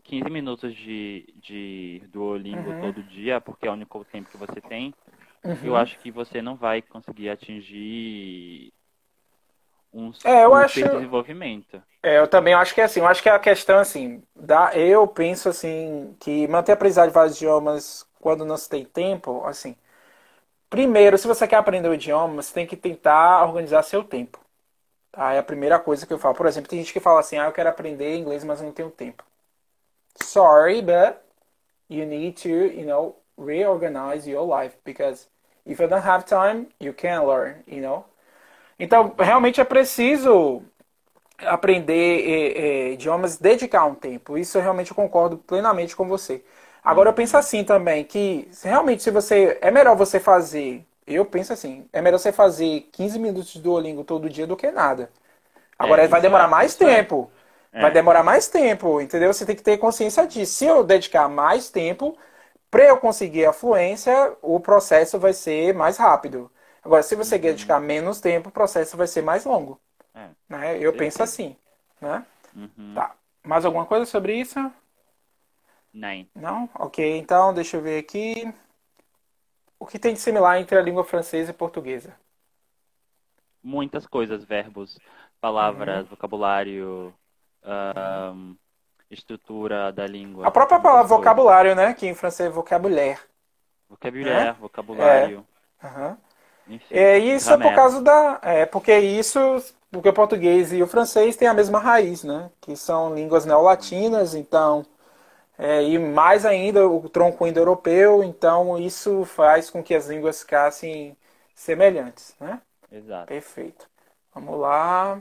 quinze minutos de, de Duolingo Uhum. todo dia, porque é o único tempo que você tem, eu Uhum. acho que você não vai conseguir atingir um É, eu acho. super desenvolvimento. É, eu também acho que é assim. Eu acho que a questão, assim, da, eu penso, assim, que manter a aprendizagem de vários idiomas quando não se tem tempo, assim. Primeiro, se você quer aprender o idioma, você tem que tentar organizar seu tempo. Tá? É a primeira coisa que eu falo. Por exemplo, tem gente que fala assim, ah, eu quero aprender inglês, mas eu não tenho tempo. Sorry, but you need to, you know, reorganize your life. Because if you don't have time, you can't learn, you know. Então, realmente é preciso aprender é, é, idiomas, dedicar um tempo. Isso eu realmente concordo plenamente com você. Agora eu penso Uhum. assim também, que se realmente se você. É melhor você fazer. Eu penso assim, é melhor você fazer quinze minutos de Duolingo todo dia do que nada. É, Agora vai isso demorar é, mais isso é. tempo. Vai É, demorar mais tempo, entendeu? Você tem que ter consciência disso. Se eu dedicar mais tempo, para eu conseguir a fluência, o processo vai ser mais rápido. Agora, se você uhum. dedicar menos tempo, o processo vai ser mais longo. É, Né? com Eu penso certeza. assim. Né? Uhum. Tá. Mais alguma coisa sobre isso? Nem. Não? Ok, então deixa eu ver aqui. O que tem de similar entre a língua francesa e portuguesa? Muitas coisas, verbos, Uhum. palavras, vocabulário, ahn, estrutura da A língua, própria muitas palavra coisas. vocabulário, né? Que em francês é vocabulaire, né? Vocabulaire, É. vocabulário, Uhum. enfim, É, isso é por grammaire. causa da. É, porque isso. Porque o português e o francês têm a mesma raiz, né? Que são línguas Uhum. neolatinas, então. É, e mais ainda o tronco indo-europeu, então isso faz com que as línguas ficassem semelhantes, né? Exato. Perfeito. Vamos lá.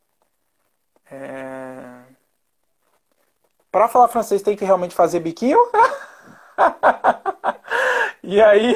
É... Para falar francês tem que realmente fazer biquinho? E aí,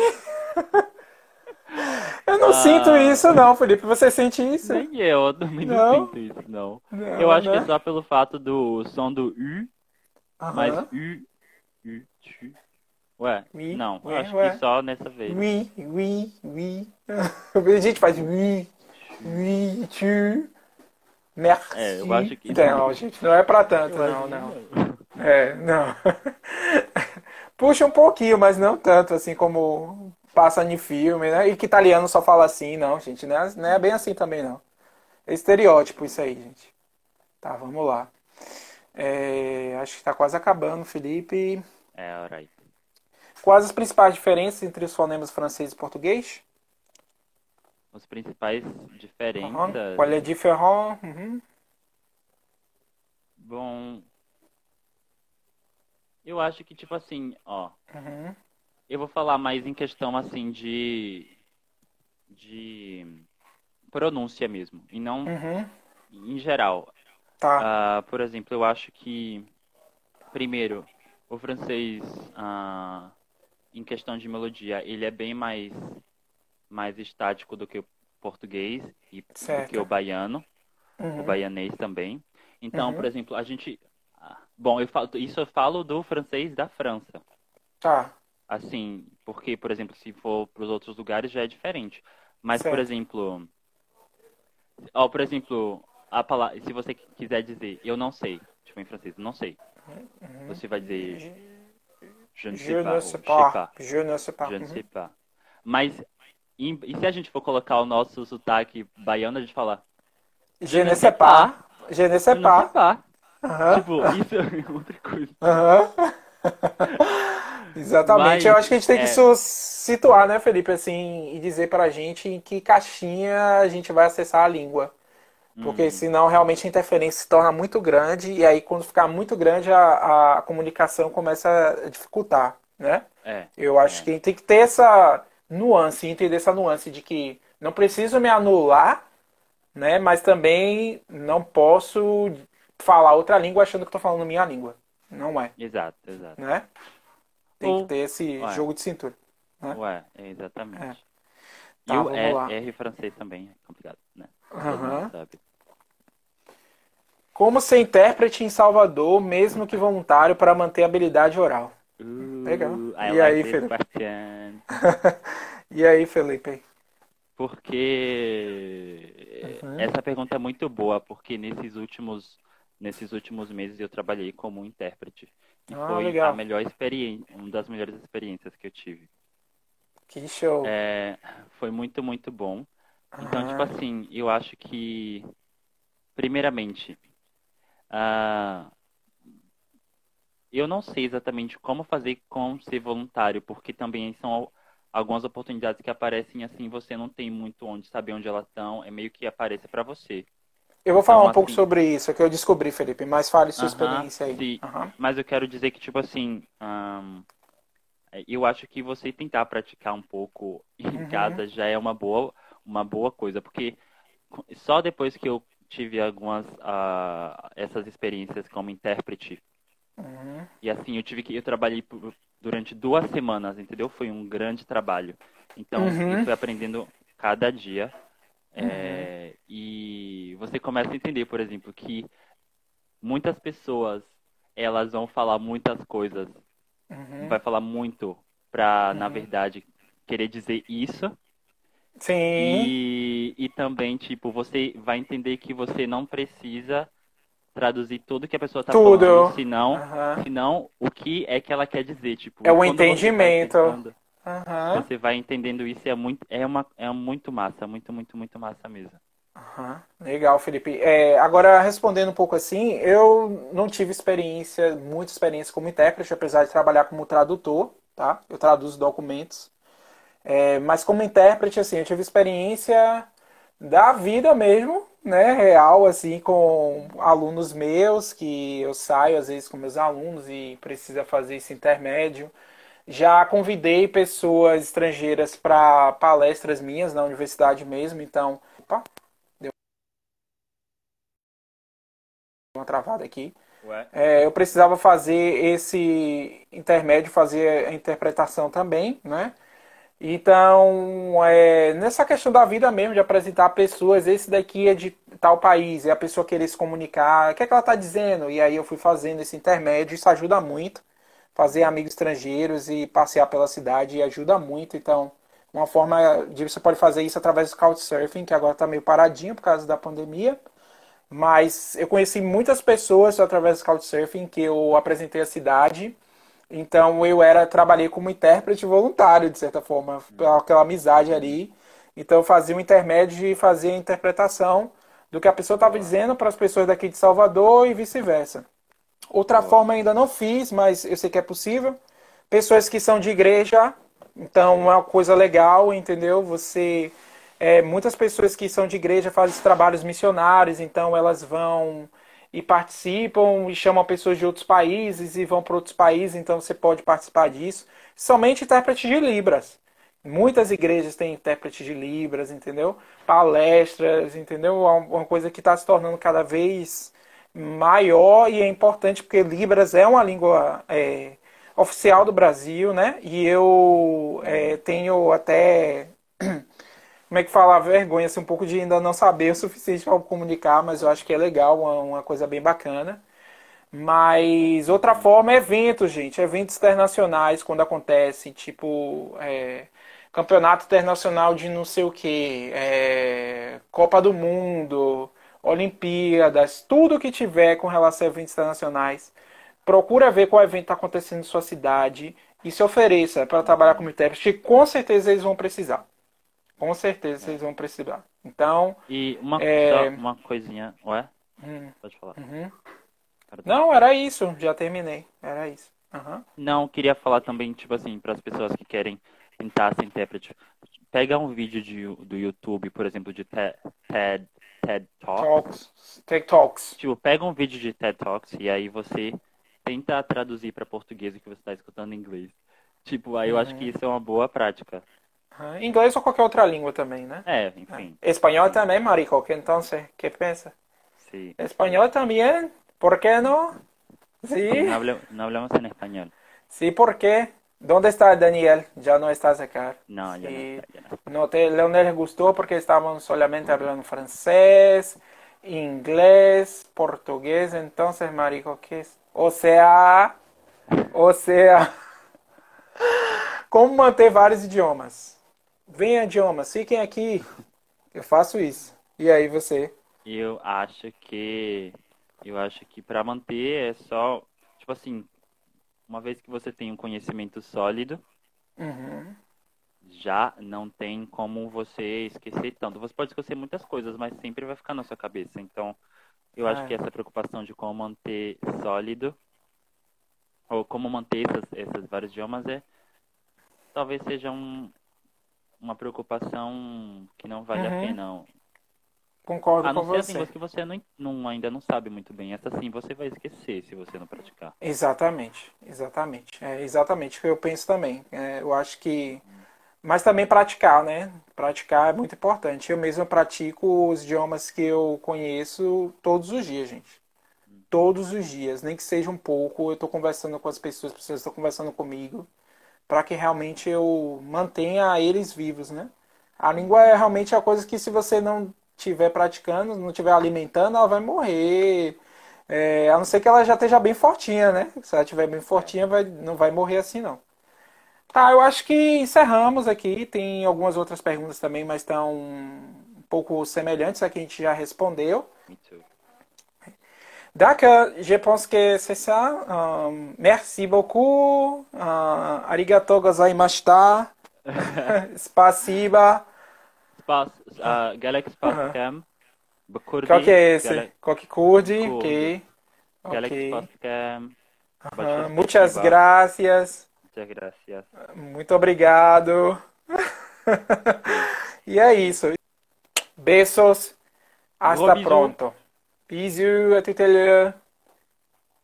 eu não sinto Ah, isso não, Felipe. Você sente isso? nem eu, eu também não Não, sinto isso, não. Eu não, acho que é né? só pelo fato do som do U, mas Aham. U, U, tu. Ué, Oui, não, eu oui, acho que ouais. só nessa vez. Oui, oui, oui. A gente faz oui, Tu. oui, tu, É, eu merci. acho que Não, gente, não é pra tanto, eu acho não, que não. não. É, não. Puxa um pouquinho, mas não tanto assim como passa em filme, né? E que italiano só fala assim, não, gente. Não é, não é bem assim também, não. É estereótipo isso aí, gente. Tá, vamos lá. É, acho que está quase acabando, Felipe. É, alright. Quais as principais diferenças entre os fonemas francês e português? As principais Uhum. diferenças, Qual é différent? Uhum. bom, eu acho que tipo assim, ó, Uhum. eu vou falar mais em questão assim de de pronúncia mesmo, e não Uhum. em geral. Tá, Ah, por exemplo, eu acho que primeiro o francês, ah, em questão de melodia, ele é bem mais mais estático do que o português e do que o certo. baiano, o Uhum. baianês também. Então, por Uhum. exemplo, a gente, ah, bom, eu falo, isso eu falo do francês da França. Tá, Assim, porque, por exemplo, se for para os outros lugares já é diferente. Mas, por certo. exemplo, ó, por exemplo, a palavra, se você quiser dizer eu não sei, tipo em francês, não sei, você vai dizer je ne sais Je pas ne ou sais je sais pas. pas, Je ne sais pas. je ne Uhum. sais pas. Mas e, e se a gente for colocar o nosso sotaque baiano, a gente fala je Je ne ne sais sais pas. pas, Je ne sais je ne sais pas. pas. Aham. Tipo, isso é outra coisa. Aham. Exatamente. Eu Mas acho que a gente tem que é, su- situar, né, Felipe, assim, e dizer pra gente em que caixinha a gente vai acessar a língua. Porque uhum, senão realmente a interferência se torna muito grande e aí quando ficar muito grande a, a comunicação começa a dificultar, né? é, Eu acho é, que tem que ter essa nuance, entender essa nuance de que não preciso me anular, né? Mas também não posso falar outra língua achando que estou falando minha língua. Não é, exato, exato. né? Tem que Ou, ter esse ué, jogo de cintura, né? ué, é exatamente. E Tá, o vamos R, lá. R francês também é complicado, né? Todo mundo Aham. sabe. Como ser intérprete em Salvador, mesmo que voluntário, para manter a habilidade oral? Legal. Uh, I E like aí, this Felipe? question. E aí, Felipe? Porque Uhum. essa pergunta é muito boa, porque nesses últimos, nesses últimos meses eu trabalhei como intérprete. E Ah, foi a legal. melhor experiência, uma das melhores experiências que eu tive. Que show. É, foi muito, muito bom. Então, tipo Aham. assim, eu acho que, primeiramente, ah, eu não sei exatamente como fazer com ser voluntário, porque também são al- algumas oportunidades que aparecem assim, você não tem muito onde saber onde elas estão, é meio que aparece para você. Eu vou falar Então, um pouco assim, sobre isso, é que eu descobri, Felipe, mas fale sua aham, experiência aí. sim, Aham. mas eu quero dizer que, tipo assim, ahn, eu acho que você tentar praticar um pouco em Uhum. casa já é uma boa, uma boa coisa, porque só depois que eu tive algumas ah, essas experiências como intérprete. Uhum. E assim, eu tive que eu trabalhei por- durante duas semanas, entendeu? Foi um grande trabalho. Então, eu Uhum. fui aprendendo cada dia. Uhum. É, e você começa a entender, por exemplo, que muitas pessoas elas vão falar muitas coisas, Uhum. vai falar muito para, na Uhum. verdade, querer dizer isso. Sim, E, e também, tipo, você vai entender que você não precisa traduzir tudo que a pessoa está falando, tudo. senão, Aham. senão o que é que ela quer dizer, tipo, É e o quando você vai entendimento. tentando, Aham. você vai entendendo isso, é muito, é uma, é muito massa, muito, muito, muito massa mesmo. Aham. Legal, Felipe. É, agora, respondendo um pouco assim, eu não tive experiência, muita experiência como intérprete, apesar de trabalhar como tradutor, tá? Eu traduzo documentos. É, mas como intérprete, assim, eu tive experiência da vida mesmo, né, real, assim, com alunos meus, que eu saio às vezes com meus alunos e precisa fazer esse intermédio. Já convidei pessoas estrangeiras para palestras minhas na universidade mesmo, então, opa, deu uma travada aqui. Ué? É, eu precisava fazer esse intermédio, fazer a interpretação também, né? Então, é, nessa questão da vida mesmo, de apresentar pessoas, esse daqui é de tal país, e a pessoa querer se comunicar, o que é que ela está dizendo? E aí eu fui fazendo esse intermédio, isso ajuda muito. Fazer amigos estrangeiros e passear pela cidade ajuda muito. Então, uma forma de você pode fazer isso através do Couchsurfing, que agora está meio paradinho por causa da pandemia. Mas eu conheci muitas pessoas através do Couchsurfing que eu apresentei a cidade. Então eu era trabalhei como intérprete voluntário, de certa forma, aquela amizade Uhum. ali. Então eu fazia o intermédio e fazia a interpretação do que a pessoa estava Boa, dizendo para as pessoas daqui de Salvador e vice-versa. Outra boa. forma ainda não fiz, mas eu sei que é possível. Pessoas que são de igreja, então é uma coisa legal, entendeu? Você é, muitas pessoas que são de igreja fazem trabalhos missionários, então elas vão e participam e chamam pessoas de outros países e vão para outros países, então você pode participar disso. Somente intérprete de Libras. Muitas igrejas têm intérprete de Libras, entendeu? Palestras, entendeu? Uma coisa que está se tornando cada vez maior e é importante porque Libras é uma língua é, oficial do Brasil, né? E eu é, Uhum. tenho até como é que fala, vergonha assim, um pouco de ainda não saber o suficiente para comunicar, mas eu acho que é legal, uma, uma coisa bem bacana. Mas outra Uhum. forma é eventos, gente, eventos internacionais quando acontecem, tipo é, campeonato internacional de não sei o que, é, Copa do Mundo, Olimpíadas, tudo que tiver com relação a eventos internacionais. Procura ver qual evento está acontecendo em sua cidade e se ofereça para trabalhar como Uhum. intérprete, que com certeza eles vão precisar. Com certeza É. eles vão precisar. Então, E uma, só é... uma coisinha, ué? hum, Pode falar, uhum. perdão. Não, era isso. Já terminei. Era isso. Uhum. Não, queria falar também, tipo assim, para as pessoas que querem tentar ser intérprete. Pega um vídeo de, do YouTube, por exemplo, de TED, TED, TED Talks. Talks. Take talks. Tipo, pega um vídeo de TED Talks e aí você tenta traduzir para português o que você está escutando em inglês. Tipo, aí eu acho que Uhum. isso é uma boa prática. Uhum. Inglês ou qualquer outra língua também, né? É, É. enfim. Espanhol Sim, também, marico. Que então, ¿qué piensa? sim, sim. Espanhol también. ¿Por qué no? Sí, Sí. no habla- no hablamos en español. Sí, ¿por qué? ¿Dónde está Daniel? Ya no estás acá. No, ya no Sí. está, ya no está. No te, no les gustó porque estaban solamente hablando francés, inglés, portugués. Entonces, marico, ¿qué es? O sea, o sea, como manter vários idiomas? Venha, idiomas, fiquem aqui. Eu faço isso. E aí, você? Eu acho que eu acho que para manter é só, tipo assim, uma vez que você tem um conhecimento sólido, Uhum. já não tem como você esquecer tanto. Você pode esquecer muitas coisas, mas sempre vai ficar na sua cabeça. Então, eu acho É. que essa preocupação de como manter sólido, ou como manter essas, essas vários idiomas, é talvez seja um, uma preocupação que não vale a Uhum. pena. Concordo A não com ser as você. línguas que você não, não- ainda não sabe muito bem. Essa sim você vai esquecer se você não praticar. Exatamente, exatamente. É exatamente o que eu penso também. É, eu acho que. Mas também praticar, né? Praticar é muito importante. Eu mesmo pratico os idiomas que eu conheço todos os dias, gente. Uhum. Todos os dias, nem que seja um pouco, eu estou conversando com as pessoas, as pessoas estão conversando comigo, para que realmente eu mantenha eles vivos, né? A língua é Uhum. realmente a coisa que se você não estiver praticando, não estiver alimentando, ela vai morrer. É, a não ser que ela já esteja bem fortinha, né? Se ela estiver bem É. fortinha, vai, não vai morrer assim, não. Tá, eu acho que encerramos aqui. Tem algumas outras perguntas também, mas estão um pouco semelhantes a que a gente já respondeu. Me too. D'accord, je pense que c'est ça. Euh, merci beaucoup. Euh, arigatou gozaimashita. Spasiba. Spas, uh, Galaxy Aham. Spascam, Qual que Bakurdi, é esse? Galaxy Qual que curte? Kurd, Ok. Galaxy Ok. Spascam, Большое Aham. Muitas спасибо. gracias. Muchas gracias. Muito obrigado. Sim. E é isso. Besos. Gros Hasta bisous. pronto. Bisous, à tout à l'heure.